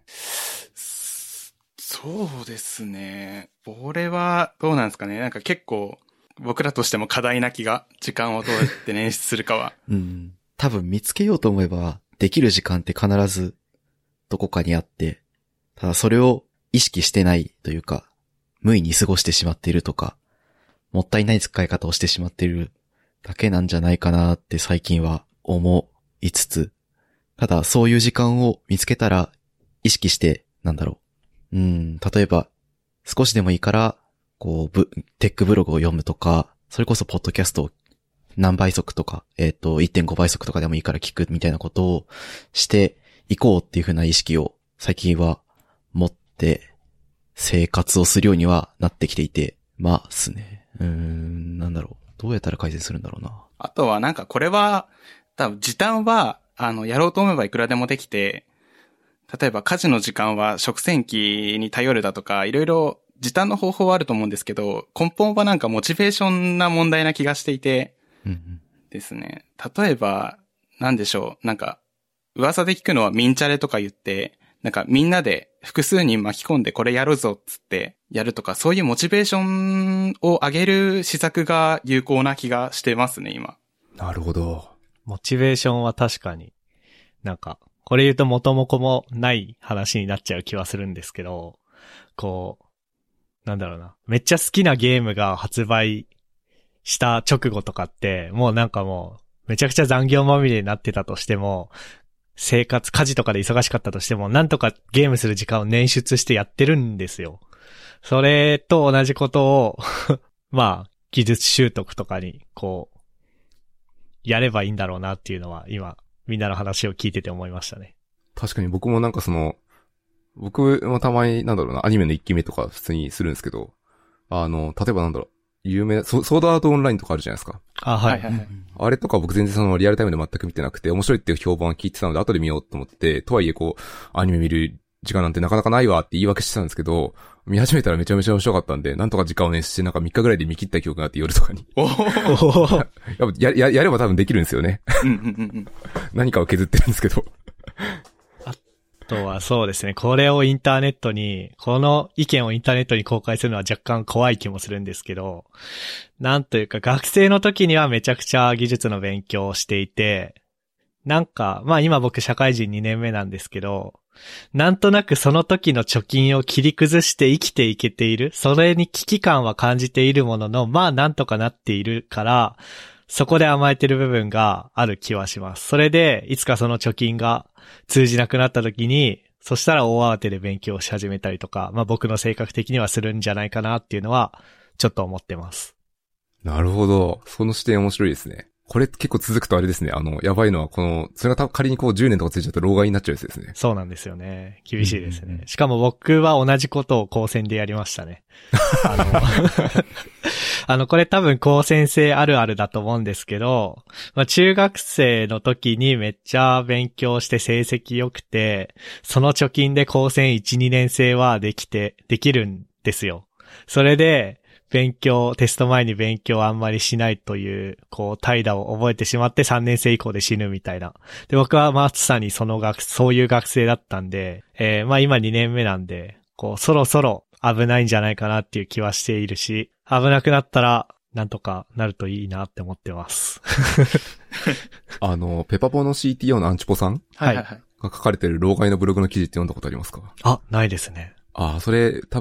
そうですね。これはどうなんですかね。なんか結構僕らとしても課題な気が、時間をどうやって捻出するかは。 うん。多分見つけようと思えば、できる時間って必ずどこかにあって、ただそれを意識してないというか、無意に過ごしてしまっているとか、もったいない使い方をしてしまっているだけなんじゃないかなって最近は思いつつ、ただそういう時間を見つけたら意識して、なんだろう。うん、例えば少しでもいいから、こう、ブテックブログを読むとか、それこそポッドキャストを何倍速とか、えっと、いってんごばい速とかでもいいから聞くみたいなことをしていこうっていう風な意識を最近は持って生活をするようにはなってきていて、ますね。うーん、なんだろう。どうやったら改善するんだろうな。 あとはなんかこれは、多分時短は、あの、やろうと思えばいくらでもできて、例えば家事の時間は食洗機に頼るだとか、いろいろ時短の方法はあると思うんですけど、根本はなんかモチベーションな問題な気がしていて、 うんうん、 ですね。例えば、なんでしょう。なんか、噂で聞くのはミンチャレとか言って、なんかみんなで複数人巻き込んでこれやるぞっつってやるとか、そういうモチベーションを上げる施策が有効な気がしてますね、今。 なるほど。 モチベーションは確かに、なんか、これ言うと元も子もない話になっちゃう気はするんですけど、こう、なんだろうな。めっちゃ好きなゲームが発売した直後とかって、もうなんかもう、めちゃくちゃ残業まみれになってたとしても、生活、家事とかで忙しかったとしても、なんとかゲームする時間を捻出してやってるんですよ。それと同じことを、まあ、技術習得とかに、こう、やればいいんだろうなっていうのは、今、みんなの話を聞いてて思いましたね。 確かに僕もなんかその、僕もたまになんだろうな、アニメの一期目とか普通にするんですけど、あの、例えばなんだろう、有名な、ソードアートオンラインとかあるじゃないですか。 あ、はい。 はいはいはい、 あれとか僕全然そのリアルタイムで全く見てなくて、面白いっていう評判を聞いてたので後で見ようと思って、とはいえこう、アニメ見る時間なんてなかなかないわって言い訳してたんですけど、見始めたらめちゃめちゃ面白かったんで、なんとか時間をねして、なんかみっかぐらいで見切った記憶があって夜とかに。 おやっぱや、や、やれば多分できるんですよね。何かを削ってるんですけど。 あとはそうですね、これをインターネットに、この意見をインターネットに公開するのは若干怖い気もするんですけど、なんというか学生の時にはめちゃくちゃ技術の勉強をしていて、なんか、まあ今僕社会人にねんめなんですけど、なんとなくその時の貯金を切り崩して生きていけている、それに危機感は感じているものの、まあなんとかなっているから、そこで甘えてる部分がある気はします。それで、いつかその貯金が通じなくなった時に、そしたら大慌てで勉強し始めたりとか、まあ僕の性格的にはするんじゃないかなっていうのは、ちょっと思ってます。 なるほど。その視点面白いですね。これ結構続くとあれですね。あの、やばいのはこの、それが仮にこうじゅうねんとかついちゃうと老害になっちゃうやつですね。 そうなんですよね。厳しいですね。うんうん、しかも僕は同じことを高専でやりましたね。あの、あの、これ多分高専生あるあるだと思うんですけど、まあ中学生の時にめっちゃ勉強して成績良くて、その貯金で高専いち、にねん生はできて、できるんですよ。それで、勉強、テスト前に勉強あんまりしないという、こう、怠惰を覚えてしまってさんねん生以降で死ぬみたいな。で、僕はまさにその学、そういう学生だったんで、えー、まあ今にねんめなんで、こう、そろそろ危ないんじゃないかなっていう気はしているし、危なくなったら、なんとかなるといいなって思ってます。 あの、ペパポの シーティーオー のアンチポさんはいはいはい。 が書かれてる老害のブログの記事って読んだことありますか？ あ、ないですね。 ああ、それ多分、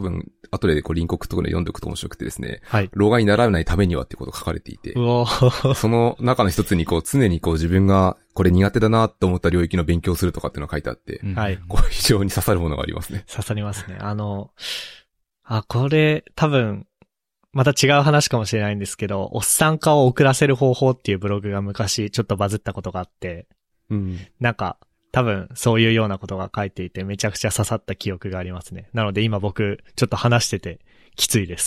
後でこうリンク送っとくので読んでおくと面白くてですね、 はい。 老害にならないためにはっていうことが書かれていて、 うおーその中の一つにこう常にこう自分がこれ苦手だなと思った領域の勉強をするとかっていうのが書いてあって、 うんはい。 こう非常に刺さるものがありますね。 刺さりますね。あの、あ、これ、多分、また違う話かもしれないんですけど、おっさん化を遅らせる方法っていうブログが昔ちょっとバズったことがあって、 うん。 なんか、多分そういうようなことが書いていてめちゃくちゃ刺さった記憶がありますね。なので今僕、ちょっと話しててきついです。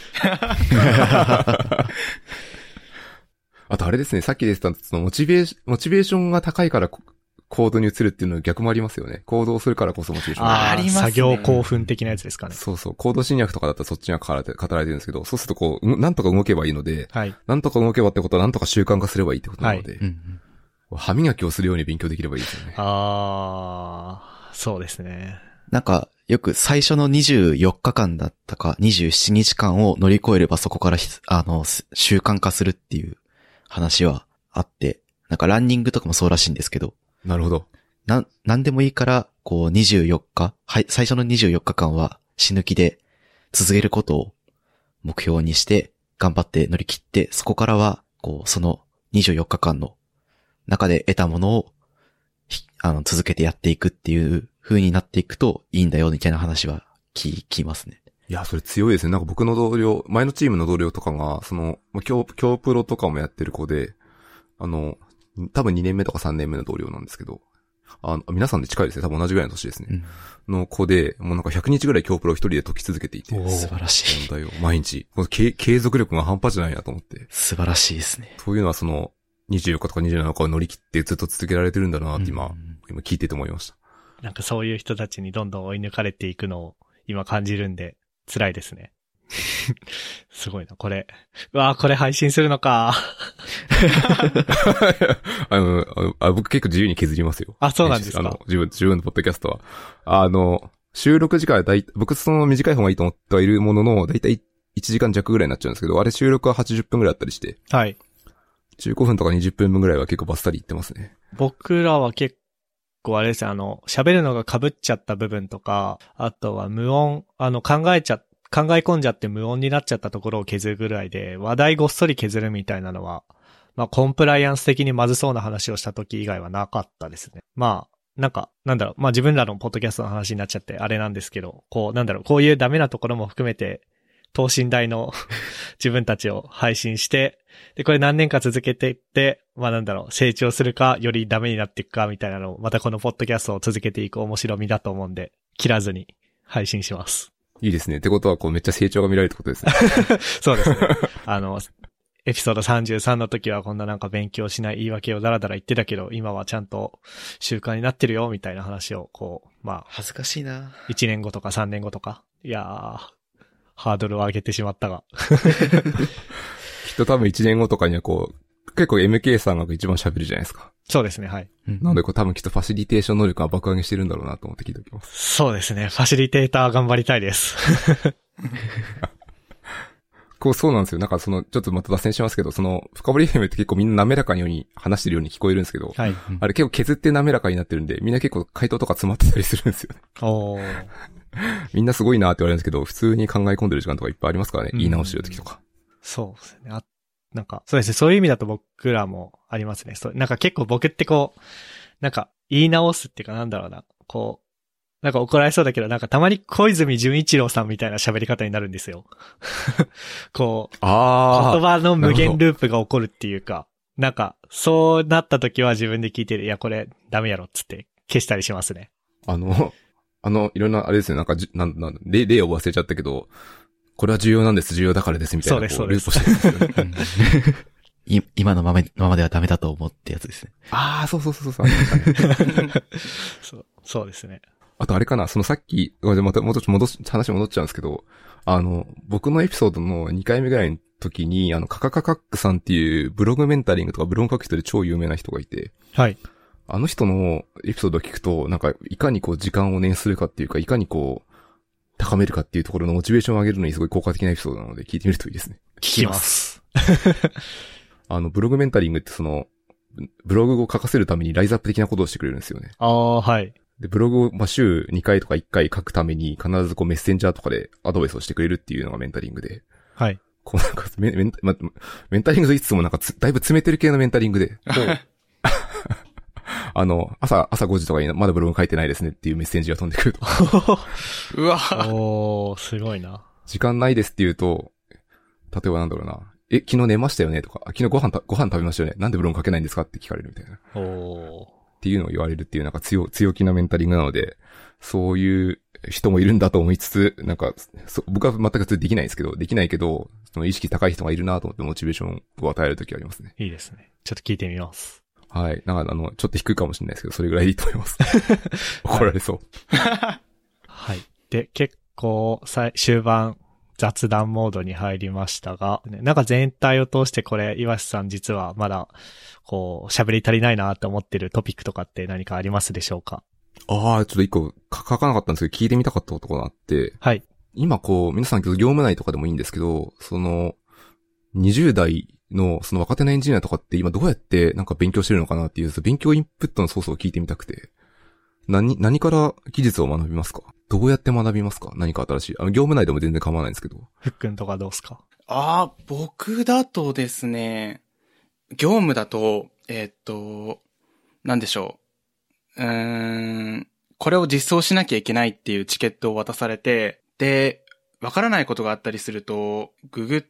あとあれですね、さっきで言ったそのモチベーション、モチベーションが高いから行動に移るっていうのは逆もありますよね。行動するからこそモチベーションがあありますね作業興奮的なやつですかね。 そうそう。行動侵略とかだったらそっちが語られて、語られてるんですけど、そうするとこう、うなんとか動けばいいので、 はい。 なんとか動けばってことはなんとか習慣化すればいいってことなので、 うんうん歯磨きをするように勉強できればいいですよね。 あー、そうですね。 なんか、よく最初のにじゅうよっかかんだったか、にじゅうななにちかんを乗り越えればそこからひ、あの、す習慣化するっていう話はあって、なんかランニングとかもそうらしいんですけど、 なるほど。 な、なんでもいいから、こうにじゅうよっか、はい、最初のにじゅうよっかかんは死ぬ気で続けることを目標にして頑張って乗り切って、そこからは、こう、そのにじゅうよっかかんの中で得たものを、あの、続けてやっていくっていう風になっていくといいんだよ、みたいな話は聞きますね。 いや、それ強いですね。なんか僕の同僚、前のチームの同僚とかが、その、まあ、今日、今日プロとかもやってる子で、あの、多分にねんめとかさんねんめの同僚なんですけど、あの、皆さんで近いですね。多分同じぐらいの年ですね。 うん、 の子で、もうなんかひゃくにちぐらい今日プロ一人で解き続けていて。 素晴らしい。 問題を毎日。この継継続力が半端じゃないなと思って。 素晴らしいですね。 そういうのはその、にじゅうよっかとかにじゅうななにちを乗り切ってずっと続けられてるんだなって今、 うん、 今聞いてて思いました。 なんかそういう人たちにどんどん追い抜かれていくのを今感じるんで辛いですね。すごいな、これ。うわぁ、これ配信するのか。 あのあ、僕結構自由に削りますよ。 あ、そうなんですか。 あの、自分、自分のポッドキャストは。あの、収録時間はだい、僕その短い方がいいと思ってはいるものの、だいたいいちじかん弱ぐらいになっちゃうんですけど、あれ収録ははちじゅっぷんぐらいあったりして。 はい。 じゅうごふんとかにじゅっぷんぶんぐらいは結構バッサリいってますね。 僕らは結構あれですね、あの、喋るのが被っちゃった部分とか、あとは無音、あの、考えちゃ、考え込んじゃって無音になっちゃったところを削るぐらいで、話題ごっそり削るみたいなのは、まあ、コンプライアンス的にまずそうな話をした時以外はなかったですね。まあ、なんか、なんだろう、まあ自分らのポッドキャストの話になっちゃってあれなんですけど、こう、なんだろう、こういうダメなところも含めて、等身大の自分たちを配信して、で、これ何年か続けていって、まあなんだろう、成長するか、よりダメになっていくか、みたいなのを、またこのポッドキャストを続けていく面白みだと思うんで、切らずに配信します。 いいですね。ってことは、こう、めっちゃ成長が見られるってことですね。 そうですね。あの、エピソードさんじゅうさんの時はこんななんか勉強しない言い訳をだらだら言ってたけど、今はちゃんと習慣になってるよ、みたいな話を、こう、まあ。 恥ずかしいな。 いちねんごとかさんねんごとか。いやー、ハードルを上げてしまったが。 きっと多分いちねんごとかにはこう、結構 エムケー さんが一番喋るじゃないですか。 そうですね、はい。 なのでこう多分きっとファシリテーション能力が爆上げしてるんだろうなと思って聞いておきます。 そうですね、ファシリテーター頑張りたいです。 こうそうなんですよ。なんかその、ちょっとまた脱線しますけど、その、深掘り エフエム って結構みんな滑らかにように話してるように聞こえるんですけど、 はい。 あれ結構削って滑らかになってるんで、みんな結構回答とか詰まってたりするんですよね。 おー。 みんなすごいなって言われるんですけど、普通に考え込んでる時間とかいっぱいありますからね。 うん言い直してる時とか。 そうですね。あ、なんか、そうですね。そういう意味だと僕らもありますね。そう、なんか結構僕ってこう、なんか言い直すっていうかなんだろうな。こう、なんか怒られそうだけど、なんかたまに小泉純一郎さんみたいな喋り方になるんですよ。こう、 あ言葉の無限ループが起こるっていうか、なんか、そうなった時は自分で聞いてる。いや、これダメやろっつって消したりしますね。 あの、あの、いろんな、あれですね、なんかじ、なん、なん、例、例を忘れちゃったけど、これは重要なんです、重要だからですみたいな。 そうです、 こそうです。 ループしてるんですよね。 い今のまま、ままではダメだと思うってやつですね。 ああ、そうそうそうそう。ありましたねそう、そうですね。 あとあれかな、そのさっき、またもうちょっと戻し、話戻っちゃうんですけど、あの、僕のエピソードのにかいめぐらいの時に、あの、カカカカックさんっていうブログメンタリングとかブログ書く人で超有名な人がいて、 はい。 あの人のエピソードを聞くと、なんか、いかにこう時間を捻するかっていうか、いかにこう、高めるかっていうところのモチベーションを上げるのにすごい効果的なエピソードなので聞いてみるといいですね。 聞きます。 あの、ブログメンタリングってその、ブログを書かせるためにライズアップ的なことをしてくれるんですよね。 ああ、はい。 で、ブログをまあ週にかいとかいっかい書くために必ずこうメッセンジャーとかでアドバイスをしてくれるっていうのがメンタリングで。 はい。 こうなんかメ、メンタ、ま、メンタリングといつつもなんかつだいぶ詰めてる系のメンタリングで。あの、朝、朝ごじとかにまだブログ書いてないですねっていうメッセンジが飛んでくると。 うわおー、すごいな。 時間ないですって言うと、例えばなんだろうな。え、昨日寝ましたよねとか、昨日ご飯た、ご飯食べましたよね。なんでブログ書けないんですかって聞かれるみたいな。 おー。 っていうのを言われるっていうなんか強、強気なメンタリングなので、そういう人もいるんだと思いつつ、なんか、僕は全く普通できないんですけど、できないけど、その意識高い人がいるなと思ってモチベーションを与えるときありますね。 いいですね。ちょっと聞いてみます。 はい。なんかあの、ちょっと低いかもしれないですけど、それぐらいでいいと思います。怒られそう。 はい。で、結構、最、終盤、雑談モードに入りましたが、ね、なんか全体を通してこれ、岩瀬さん実はまだ、こう、喋り足りないなって思ってるトピックとかって何かありますでしょうか？ ああ、ちょっと一個書かなかったんですけど、聞いてみたかったことがあって、 はい。 今こう、皆さん業務内とかでもいいんですけど、その、にじゅう代のその若手のエンジニアとかって今どうやってなんか勉強してるのかなっていう、勉強インプットのソースを聞いてみたくて、何、何から技術を学びますか？どうやって学びますか？何か新しい。あの、業務内でも全然構わないんですけど。 ふっくんとかどうすか？ ああ、僕だとですね、業務だと、えー、っと、なんでしょう。うーん、これを実装しなきゃいけないっていうチケットを渡されて、で、わからないことがあったりすると、ググって、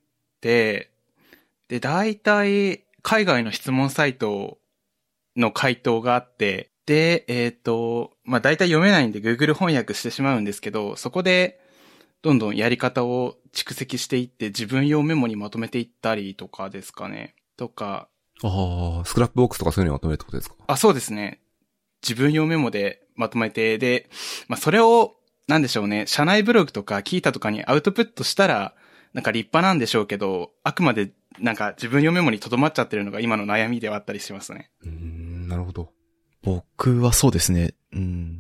で、大体、海外の質問サイトの回答があって、で、えっと、まあ、大体読めないんで Google 翻訳してしまうんですけど、そこで、どんどんやり方を蓄積していって自分用メモにまとめていったりとかですかね。とか。 ああ、スクラップボックスとかそういうのをまとめるってことですか？ あ、そうですね。自分用メモでまとめて、で、まあ、それを、なんでしょうね、社内ブログとかキータとかにアウトプットしたら、なんか立派なんでしょうけど、あくまでなんか自分用メモに留まっちゃってるのが今の悩みではあったりしますね。 うーん、なるほど。 僕はそうですね、うん、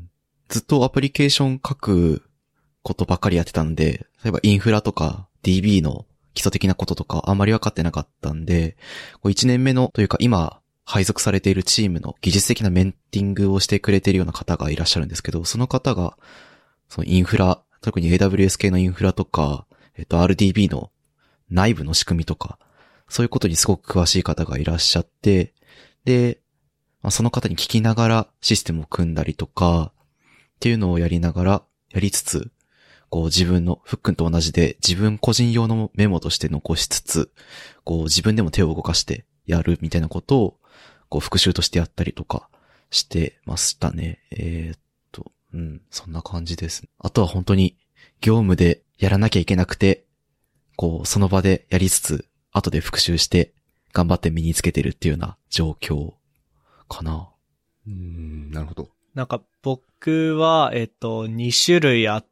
ずっとアプリケーション書くことばっかりやってたんで、例えばインフラとか ディービー の基礎的なこととかあんまり分かってなかったんで、いちねんめのというか今配属されているチームの技術的なメンティングをしてくれているような方がいらっしゃるんですけど、その方がそのインフラ、特に エーダブリューエス 系のインフラとか、えっと アールディービー の内部の仕組みとか、そういうことにすごく詳しい方がいらっしゃって、で、まあ、その方に聞きながらシステムを組んだりとか、っていうのをやりながら、やりつつ、こう自分の、ふっくんと同じで自分個人用のメモとして残しつつ、こう自分でも手を動かしてやるみたいなことを、こう復習としてやったりとかしてましたね。えー、っと、うん、そんな感じですね。あとは本当に業務でやらなきゃいけなくて、こうその場でやりつつ、後で復習して頑張って身につけてるっていうような状況かな。 うーん、なるほど。 なんか僕は、えっと、に種類あって、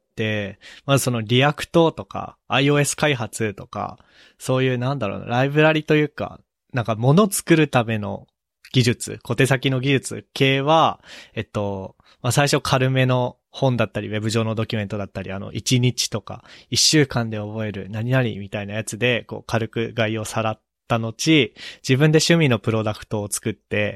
まずそのリアクトとか iOS 開発とか、そういうなんだろうな、ライブラリというか、なんか物作るための技術、小手先の技術系は、えっと、まあ、最初軽めの本だったり、ウェブ上のドキュメントだったり、あの、いちにちとか、いっしゅうかんで覚える何々みたいなやつで、こう、軽く概要をさらった後、自分で趣味のプロダクトを作って、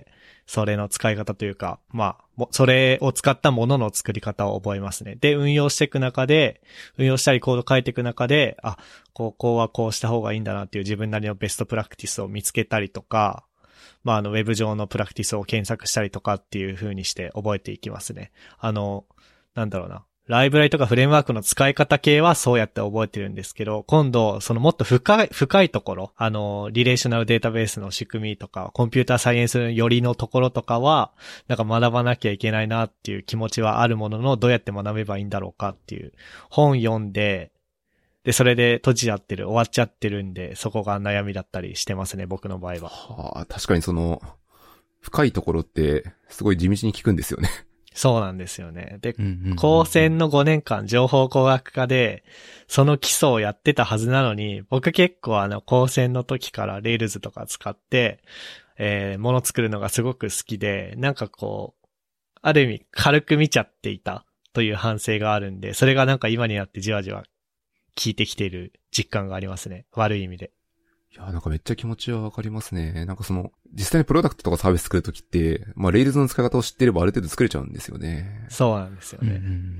それの使い方というか、まあ、それを使ったものの作り方を覚えますね。で、運用していく中で、運用したりコード書いていく中で、あ、ここはこうした方がいいんだなっていう自分なりのベストプラクティスを見つけたりとか、まあ、あの、ウェブ上のプラクティスを検索したりとかっていう風にして覚えていきますね。あの、なんだろうな。ライブラリとかフレームワークの使い方系はそうやって覚えてるんですけど、今度、そのもっと深い、深いところ、あの、リレーショナルデータベースの仕組みとか、コンピューターサイエンス寄りのところとかは、なんか学ばなきゃいけないなっていう気持ちはあるものの、どうやって学べばいいんだろうかっていう本読んで、で、それで閉じちゃってる、終わっちゃってるんで、そこが悩みだったりしてますね、僕の場合は。 はあ、確かにその、深いところって、すごい地道に聞くんですよね。 そうなんですよね。で、 うんうんうんうん、 高専のごねんかん情報工学科で、その基礎をやってたはずなのに、僕結構あの、高専の時から Rails とか使って、えー、もの作るのがすごく好きで、なんかこう、ある意味軽く見ちゃっていたという反省があるんで、それがなんか今になってじわじわ効いてきている実感がありますね。悪い意味で。 いいや、なんかめっちゃ気持ちはわかりますね。なんかその、実際にプロダクトとかサービス作るときって、まあ、Rails の使い方を知ってればある程度作れちゃうんですよね。 そうなんですよね。 うん、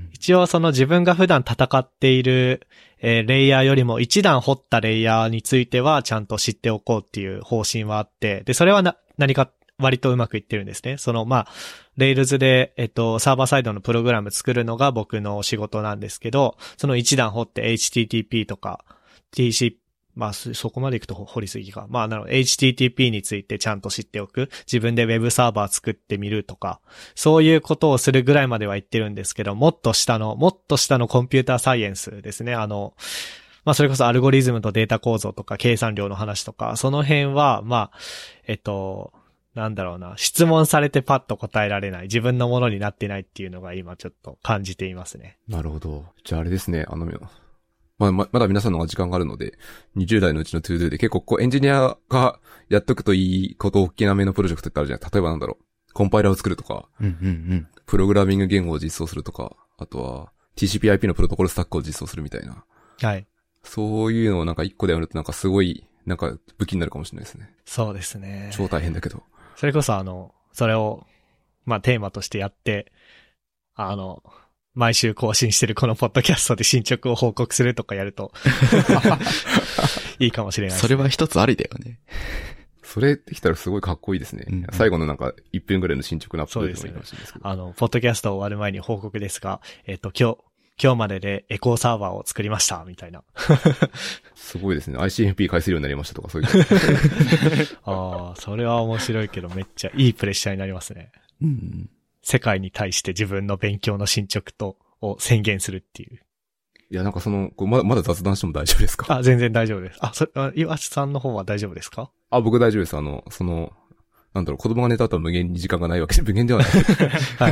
一応その自分が普段戦っている、えーレイヤーよりも一段掘ったレイヤーについてはちゃんと知っておこうっていう方針はあって、で、それはな、何か割とうまくいってるんですね。その、まあ、Rails で、えっと、サーバーサイドのプログラム作るのが僕の仕事なんですけど、その一段掘って エイチティーティーピー とか ティーシー、まあ、そそこまで行くと掘りすぎか。まあ、なので エイチティーティーピー についてちゃんと知っておく。自分で Web サーバー作ってみるとか、そういうことをするぐらいまでは言ってるんですけど、もっと下の、もっと下のコンピューターサイエンスですね。あの、まあ、それこそアルゴリズムとデータ構造とか計算量の話とか、その辺は、まあ、えっと、なんだろうな、質問されてパッと答えられない、自分のものになってないっていうのが今ちょっと感じていますね。 なるほど。じゃああれですね、あの、まあ、ま、まだ皆さんの方が時間があるので、にじゅう代のうちのトゥードゥで結構こうエンジニアがやっとくといいこと大きなめのプロジェクトってあるじゃない。例えばなんだろう。コンパイラーを作るとか、 うんうんうん。 プログラミング言語を実装するとか、あとは ティーシーピーアイピー のプロトコルスタックを実装するみたいな。 はい。そういうのをなんか一個でやるとなんかすごい、なんか武器になるかもしれないですね。 そうですね。 超大変だけど。 それこそあの、それを、まあテーマとしてやって、あの、毎週更新してるこのポッドキャストで進捗を報告するとかやるといいかもしれないですね。 それは一つありだよね。 それできたらすごいかっこいいですね。うん、最後のなんかいっぷんぐらいの進捗のアップデートもいいかもしれないですけど。 あの、ポッドキャスト終わる前に報告ですが、えっと、今日、今日まででエコーサーバーを作りました、みたいな。 すごいですね。アイシーエムピー 返せるようになりましたとかそういう。 ああ、それは面白いけどめっちゃいいプレッシャーになりますね。 うん、 世界に対して自分の勉強の進捗と、を宣言するっていう。 いや、なんかその、こうまだ、まだ雑談しても大丈夫ですか？ あ、全然大丈夫です。あ、それ、岩橋さんの方は大丈夫ですか？ あ、僕大丈夫です。あの、その、なんだろう、子供が寝た後は無限に時間がないわけで、無限ではない。はい。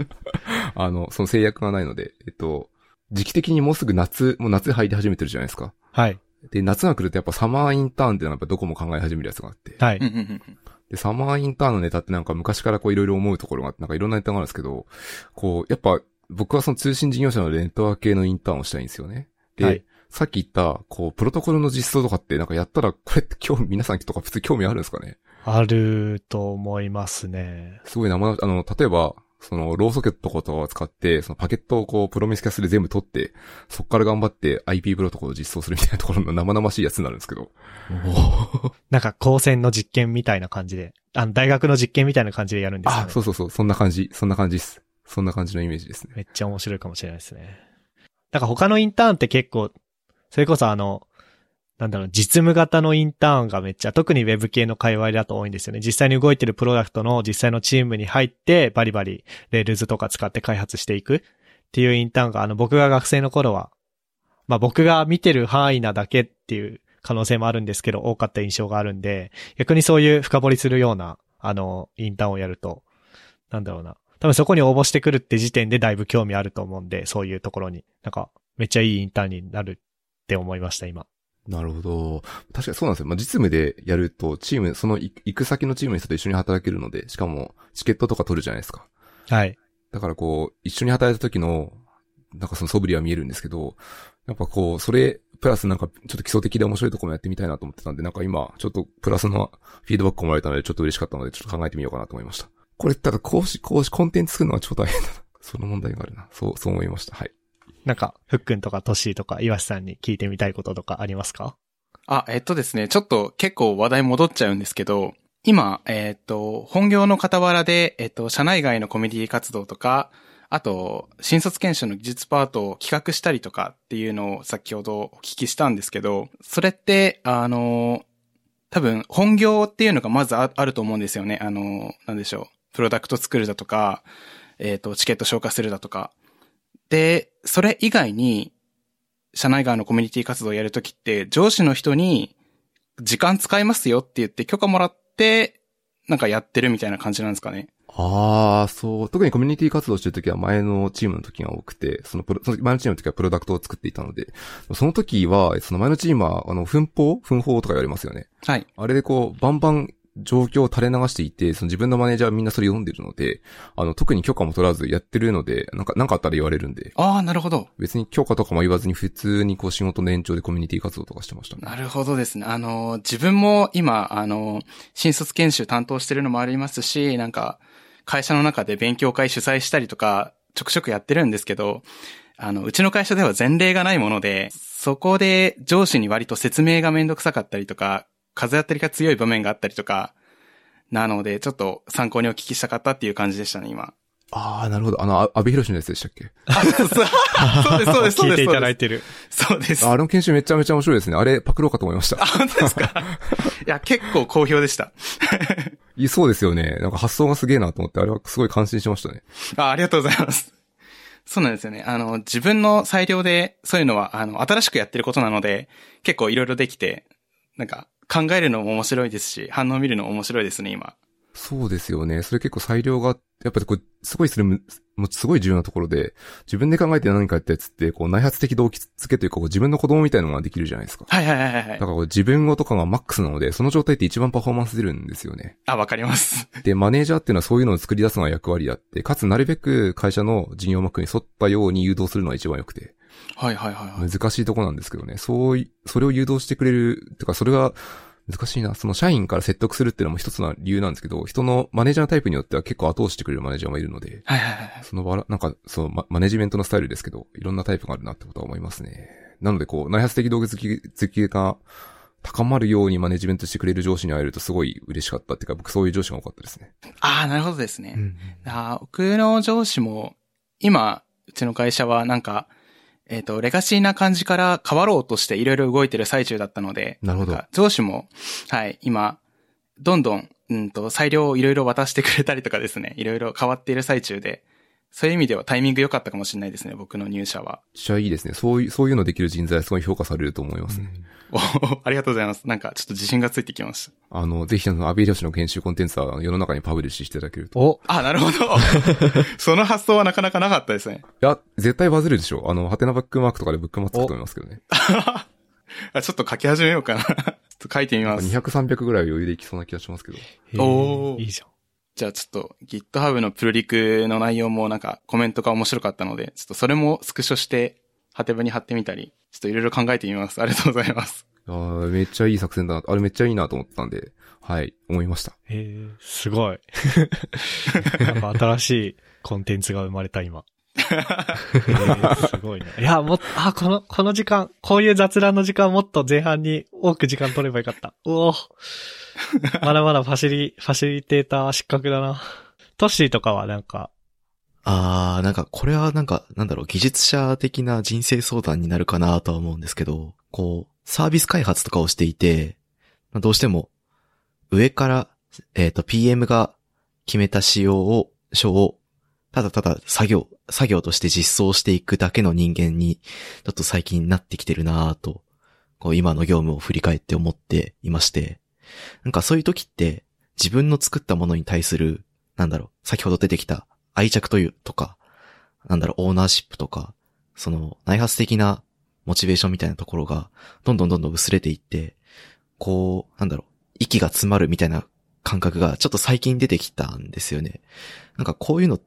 あの、その制約がないので、えっと、時期的にもうすぐ夏、もう夏入り始めてるじゃないですか。 はい。 で、夏が来るとやっぱサマーインターンってのはやっぱどこも考え始めるやつがあって。 はい。 で、サマーインターンのネタってなんか昔からこういろいろ思うところがあって、なんかいろんなネタがあるんですけど、こう、やっぱ僕はその通信事業者のネットワーク系のインターンをしたいんですよね。で、はい、さっき言った、こう、プロトコルの実装とかってなんかやったら、これって興味、皆さんとか普通興味あるんですかね？ あると思いますね。 すごいな、まあ、あの、例えば、その、ローソケットとかを使って、そのパケットをこう、プロミスキャスで全部取って、そっから頑張って アイピー プロトコルを実装するみたいなところの生々しいやつになるんですけど。 なんか、高専の実験みたいな感じで、あの、大学の実験みたいな感じでやるんですよね。 あ、そうそうそう、そんな感じ、そんな感じです。そんな感じのイメージですね。 めっちゃ面白いかもしれないですね。なんか他のインターンって結構、それこそあの、なんだろう、実務型のインターンがめっちゃ、特に Web 系の界隈だと多いんですよね。実際に動いてるプロダクトの実際のチームに入って、バリバリ、Rails とか使って開発していくっていうインターンが、あの、僕が学生の頃は、まあ僕が見てる範囲なだけっていう可能性もあるんですけど、多かった印象があるんで、逆にそういう深掘りするような、あの、インターンをやると、なんだろうな。多分そこに応募してくるって時点でだいぶ興味あると思うんで、そういうところに。なんか、めっちゃいいインターンになるって思いました、今。 なるほど。確かにそうなんですよ。まあ、実務でやると、チーム、その行く先のチームの人と一緒に働けるので、しかも、チケットとか取るじゃないですか。 はい。 だからこう、一緒に働いた時の、なんかその素振りは見えるんですけど、やっぱこう、それ、プラスなんか、ちょっと基礎的で面白いところもやってみたいなと思ってたんで、なんか今、ちょっとプラスのフィードバックをもらえたので、ちょっと嬉しかったので、ちょっと考えてみようかなと思いました。これ、ただ講師、講師、コンテンツ作るのは超大変だな。その問題があるな。そう、そう思いました。はい。 なんか、ふっくんとかトッシーとか岩瀬さんに聞いてみたいこととかありますか？ あ、えっとですね、ちょっと結構話題戻っちゃうんですけど、今、えっと、本業の傍らで、えっと、社内外のコミュニティ活動とか、あと、新卒研修の技術パートを企画したりとかっていうのを先ほどお聞きしたんですけど、それって、あの、多分、本業っていうのがまずあると思うんですよね。あの、なんでしょう。プロダクト作るだとか、えっと、チケット消化するだとか。で、それ以外に、社内外のコミュニティ活動をやるときって、上司の人に、時間使いますよって言って許可もらって、なんかやってるみたいな感じなんですかね。 ああ、そう。特にコミュニティ活動してるときは前のチームの時が多くて、そのプロ、その前のチームの時はプロダクトを作っていたので、その時は、その前のチームは、あの、奮法奮法とか言われますよね。 はい。 あれでこう、バンバン状況を垂れ流していて、その自分のマネージャーはみんなそれ読んでるので、あの、特に許可も取らずやってるので、なんか、なんかあったら言われるんで。 ああ、なるほど。 別に許可とかも言わずに普通にこう仕事の延長でコミュニティ活動とかしてましたね。 なるほどですね。あの、自分も今、あの、新卒研修担当してるのもありますし、なんか、会社の中で勉強会主催したりとか、ちょくちょくやってるんですけど、あの、うちの会社では前例がないもので、そこで上司に割と説明がめんどくさかったりとか、風当たりが強い場面があったりとか、なので、ちょっと参考にお聞きしたかったっていう感じでしたね、今。 ああ、なるほど。あの、あ安倍博士のやつでしたっけ？ あ、そうです、そうです、そうです。 聞いていただいてる。 そうです。 あの研修めちゃめちゃ面白いですね。あれ、パクろうかと思いました。 あ、本当ですか？いや、結構好評でした。 そうですよね。なんか発想がすげえなと思って、あれはすごい感心しましたね。 あ、ありがとうございます。そうなんですよね。あの、自分の裁量で、そういうのは、あの、新しくやってることなので、結構いろいろできて、なんか、考えるのも面白いですし、反応を見るのも面白いですね、今。 そうですよね。それ結構裁量が、やっぱりこう、すごいそれも、もうすごい重要なところで、自分で考えて何かやったやつって、こう、内発的動機付けというか、こう自分の子供みたいなのができるじゃないですか。 はいはいはいはい。 だからこう自分語とかがマックスなので、その状態って一番パフォーマンス出るんですよね。 あ、わかります。 で、マネージャーっていうのはそういうのを作り出すのが役割であって、かつなるべく会社の事業幕に沿ったように誘導するのが一番良くて。 はいはいはいはい。 難しいとこなんですけどね。そうい、それを誘導してくれる、てかそれが、難しいな。その社員から説得するっていうのも一つの理由なんですけど、人のマネージャーのタイプによっては結構後押してくれるマネージャーもいるので、 はいはいはい。 そのバラ、なんか、そう、マ、マネジメントのスタイルですけど、いろんなタイプがあるなってことは思いますね。なのでこう、内発的動機付き、付きが高まるようにマネジメントしてくれる上司に会えるとすごい嬉しかったっていうか、僕そういう上司が多かったですね。 ああ、なるほどですね。 うん、 あ、僕の上司も、今、うちの会社はなんか、えっと、レガシーな感じから変わろうとしていろいろ動いてる最中だったので、 なるほど。 上司も、はい、今、どんどん、うんと、裁量をいろいろ渡してくれたりとかですね、いろいろ変わっている最中で、そういう意味ではタイミング良かったかもしれないですね、僕の入社は。 じゃあいいですね。そういう、そういうのできる人材はすごい評価されると思いますね。 うん、おありがとうございます。なんかちょっと自信がついてきました。 あの、ぜひあの、アビーリョシの研修コンテンツは世の中にパブリッシュしていただけると。 おあ、なるほど。その発想はなかなかなかったですね。 いや、絶対バズるでしょ。あの、ハテナバックマークとかでブックマークつくと思いますけどね。 あ、ちょっと書き始めようかな。ちょっと書いてみます。 にひゃく、さんびゃくぐらい余裕でいきそうな気がしますけど。 おーいいじゃん。 じゃあちょっと GitHub のプルリクの内容もなんかコメントが面白かったので、ちょっとそれもスクショして、ハテブに貼ってみたり、ちょっといろいろ考えてみます。ありがとうございます。 ああ、めっちゃいい作戦だな。あれめっちゃいいなと思ったんで、はい、思いました。 へえ、すごい。なんか新しいコンテンツが生まれた今。えー、すごいね。いや、もっと、あ、この、この時間、こういう雑談の時間もっと前半に多く時間取ればよかった。うおまだまだファシリ、ファシリテーター失格だな。トッシーとかはなんか。 あー、なんかこれはなんか、なんだろう、技術者的な人生相談になるかなとは思うんですけど、こう、サービス開発とかをしていて、どうしても、上から、えっと、ピーエム が決めた仕様を、書を、ただただ作業、作業として実装していくだけの人間に、ちょっと最近なってきてるなぁと、こう今の業務を振り返って思っていまして、なんかそういう時って、自分の作ったものに対する、なんだろう、先ほど出てきた愛着という、とか、なんだろう、オーナーシップとか、その内発的なモチベーションみたいなところが、どんどんどんどん薄れていって、こう、なんだろう、息が詰まるみたいな感覚がちょっと最近出てきたんですよね。なんかこういうのって、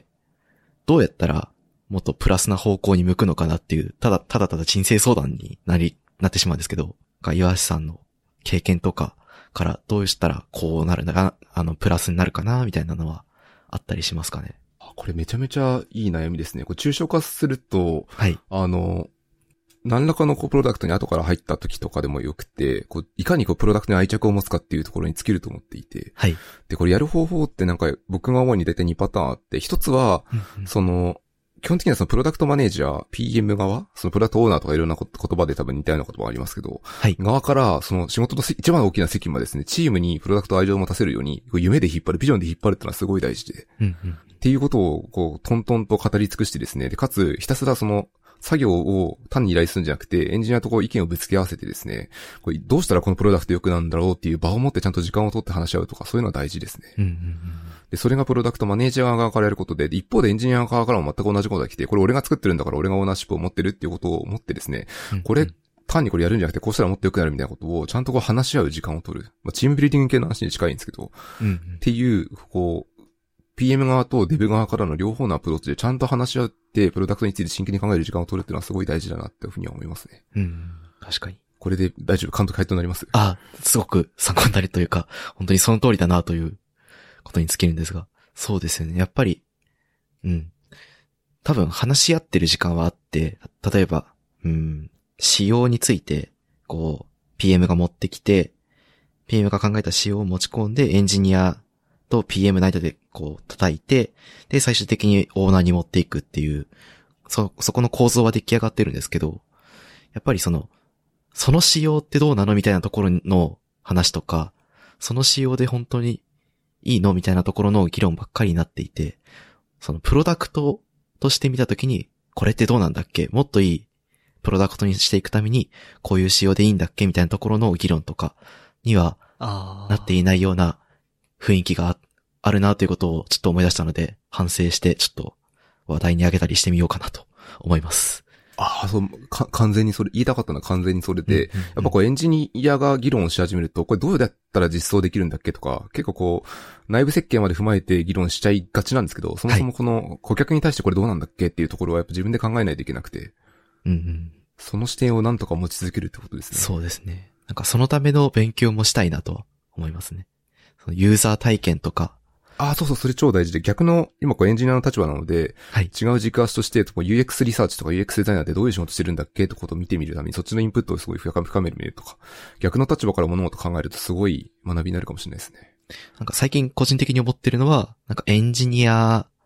どうやったらもっとプラスな方向に向くのかなっていう、ただただただ人生相談になり、なってしまうんですけど、岩橋さんの経験とかからどうしたらこうなるんだか、あの、プラスになるかな、みたいなのはあったりしますかね。 これめちゃめちゃいい悩みですね。これ抽象化すると、 はい。 あの、何らかのこうプロダクトに後から入った時とかでもよくて、こういかにこうプロダクトに愛着を持つかっていうところに尽きると思っていて、 はい。 で、これやる方法ってなんか僕が思うに大体にパターンあって、一つは、 うんうん、 その、基本的にはそのプロダクトマネージャー、ピーエム 側、そのプロダクトオーナーとかいろんな言葉で多分似たような言葉がありますけど、 はい。 側からその仕事の一番大きな責務はですね、チームにプロダクト愛情を持たせるように、夢で引っ張る、ビジョンで引っ張るってのはすごい大事で、 うんうん、 っていうことをこうトントンと語り尽くしてですね、で、かつひたすらその、作業を単に依頼するんじゃなくて、エンジニアとこう意見をぶつけ合わせてですね、これどうしたらこのプロダクト良くなんだろうっていう場を持ってちゃんと時間を取って話し合うとか、そういうのは大事ですね。 うんうんうん、 で、それがプロダクトマネージャー側からやることで、で一方でエンジニア側からも全く同じことが来て、これ俺が作ってるんだから俺がオーナーシップを持ってるっていうことを思ってですね、これ単にこれやるんじゃなくてこうしたらもっと良くなるみたいなことをちゃんとこう話し合う時間を取る。まあ、チームビルディング系の話に近いんですけど、 うんうん、 っていう、こう、ピーエム 側とデブ側からの両方のアプローチでちゃんと話し合って、プロダクトについて真剣に考える時間を取るっていうのはすごい大事だなっていうふうには思いますね。 うん、確かに。 これで大丈夫？監督回答になります？ あ、すごく参考になるというか、本当にその通りだなということに尽きるんですが、そうですよね。やっぱり、うん。多分話し合ってる時間はあって、例えば、うん、仕様について、こう、ピーエム が持ってきて、ピーエム が考えた仕様を持ち込んで、エンジニアと ピーエム の間でこう叩いて、で、最終的にオーナーに持っていくっていう、そ、そこの構造は出来上がってるんですけど、やっぱりその、その仕様ってどうなのみたいなところの話とか、その仕様で本当にいいのみたいなところの議論ばっかりになっていて、そのプロダクトとして見たときに、これってどうなんだっけ？もっといいプロダクトにしていくために、こういう仕様でいいんだっけみたいなところの議論とかにはなっていないような雰囲気があるなということをちょっと思い出したので、反省してちょっと話題に上げたりしてみようかなと思います。 ああ、そう、か、完全にそれ、言いたかったのは完全にそれで、うんうんうん、やっぱこうエンジニアが議論し始めると、これどうやったら実装できるんだっけとか、結構こう、内部設計まで踏まえて議論しちゃいがちなんですけど、そもそもこの顧客に対してこれどうなんだっけっていうところはやっぱ自分で考えないといけなくて、 うんうん、 その視点をなんとか持ち続けるってことですね。 そうですね。なんかそのための勉強もしたいなと思いますね。そのユーザー体験とか、 ああ、そうそう、それ超大事で、逆の、今こうエンジニアの立場なので、はい、違う軸足として、ユーエックス リサーチとか ユーエックス デザイナーってどういう仕事してるんだっけってことを見てみるために、そっちのインプットをすごい深める見るとか、逆の立場から物事を考えるとすごい学びになるかもしれないですね。 なんか最近個人的に思ってるのは、なんかエンジニアって、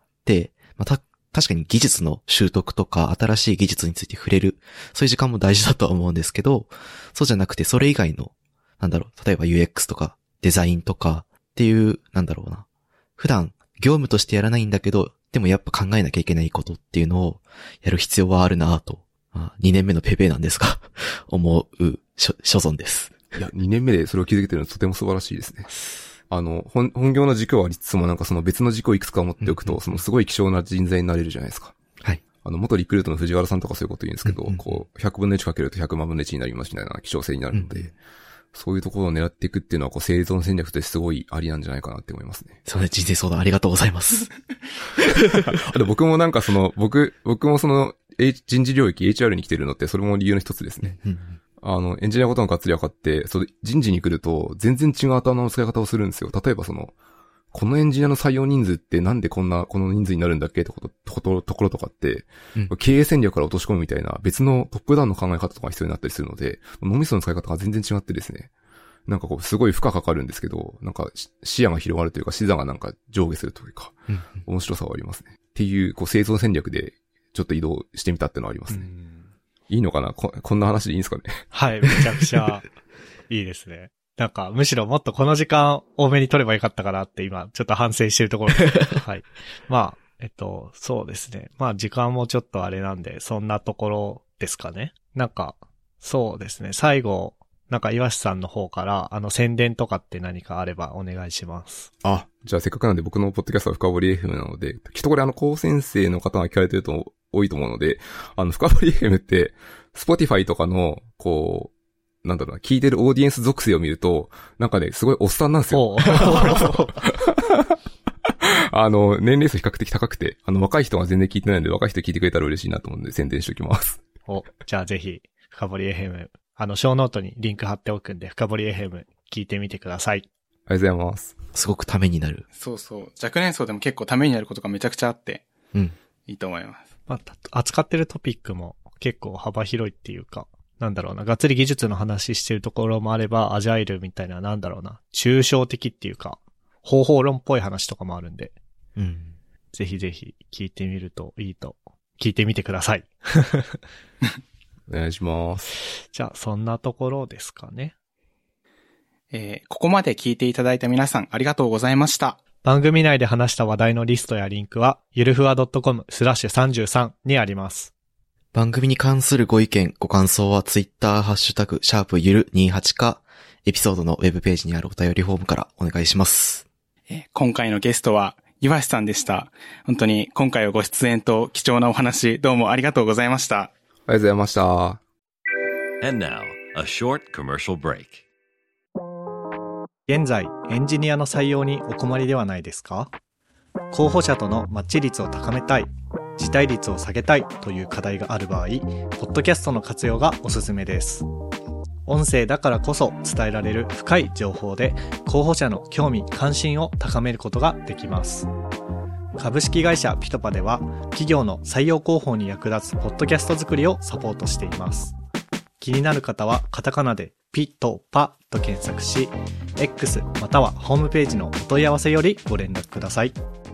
まあ、た、確かに技術の習得とか、新しい技術について触れる、そういう時間も大事だとは思うんですけど、そうじゃなくてそれ以外の、なんだろう、例えば ユーエックス とかデザインとかっていう、なんだろうな、普段、業務としてやらないんだけど、でもやっぱ考えなきゃいけないことっていうのをやる必要はあるなぁと、まあ、にねんめのペペなんですが、思う所存です。 いや、にねんめでそれを気づけてるのはとても素晴らしいですね。あの、本、本業の軸はありつつもなんかその別の軸をいくつか持っておくと、うんうん、そのすごい希少な人材になれるじゃないですか。 はい。 あの、元リクルートの藤原さんとかそういうこと言うんですけど、うんうん、こう、ひゃくぶんのいちかけるとひゃくまんぶんのいちになりますみたいな希少性になるので、うんうん、そういうところを狙っていくっていうのは、こう、生存戦略としてすごいありなんじゃないかなって思いますね。 そうね、人生相談ありがとうございます。 あと僕もなんかその、僕、僕もその、人事領域 エイチアール に来てるのって、それも理由の一つですね。うん、あの、エンジニアのことががっつり分かって、その人事に来ると、全然違う頭の使い方をするんですよ。例えばその、このエンジニアの採用人数ってなんでこんな、この人数になるんだっけってこと、ところ、ところとかって、うん、経営戦略から落とし込むみたいな別のトップダウンの考え方とかが必要になったりするので、脳みその使い方が全然違ってですね。なんかこう、すごい負荷かかるんですけど、なんか視野が広がるというか、視座がなんか上下するというか、うんうん、面白さはありますね。っていう、こう、生存戦略でちょっと移動してみたっていうのはありますね。いいのかな こ, こんな話でいいんですかね。 はい、めちゃくちゃいいですね。なんか、むしろもっとこの時間多めに取ればよかったかなって今、ちょっと反省してるところです。はい。まあ、えっと、そうですね。まあ、時間もちょっとあれなんで、そんなところですかね。なんか、そうですね。最後、なんか岩瀬さんの方から、あの、宣伝とかって何かあればお願いします。 あ、じゃあせっかくなんで僕のポッドキャストは深掘り エフエム なので、きっとこれあの、高先生の方が聞かれてると多いと思うので、あの、深掘り エフエム って、Spotify とかの、こう、なんだろうな、聞いてるオーディエンス属性を見ると、なんかね、すごいおっさんなんですよ。あの、年齢層比較的高くて、あの、若い人が全然聞いてないので、若い人聞いてくれたら嬉しいなと思うので、宣伝しておきます。 お、じゃあぜひ、深掘り エフエム、あの、小ノートにリンク貼っておくんで、深掘り エフエム 聞いてみてください。 ありがとうございます。 すごくためになる。 そうそう。若年層でも結構ためになることがめちゃくちゃあって、 うん。 いいと思います。 まあ、扱ってるトピックも結構幅広いっていうか、なんだろうな、がっつり技術の話してるところもあれば、アジャイルみたいな、なんだろうな、抽象的っていうか、方法論っぽい話とかもあるんで、 うん。 ぜひぜひ聞いてみるといいと、聞いてみてください。 お願いします。 じゃあ、そんなところですかね。 えー、ここまで聞いていただいた皆さんありがとうございました。 番組内で話した話題のリストやリンクは、ゆるふわ .com スラッシュさんじゅうさんにあります。 番組に関するご意見、ご感想はツイッターハッシュタグ、シャープゆるにじゅうはちか、エピソードのウェブページにあるお便りフォームからお願いします。 えー、今回のゲストは、岩瀬さんでした。本当に今回はご出演と貴重なお話、どうもありがとうございました。 ありがとうございました。 And now, a short commercial break. 現在、エンジニアの採用にお困りではないですか？候補者とのマッチ率を高めたい、辞退率を下げたいという課題がある場合、ポッドキャストの活用がおすすめです。音声だからこそ伝えられる深い情報で、候補者の興味・関心を高めることができます。株式会社ピトパでは、企業の採用広報に役立つポッドキャスト作りをサポートしています。気になる方はカタカナでピトパと検索し、X またはホームページのお問い合わせよりご連絡ください。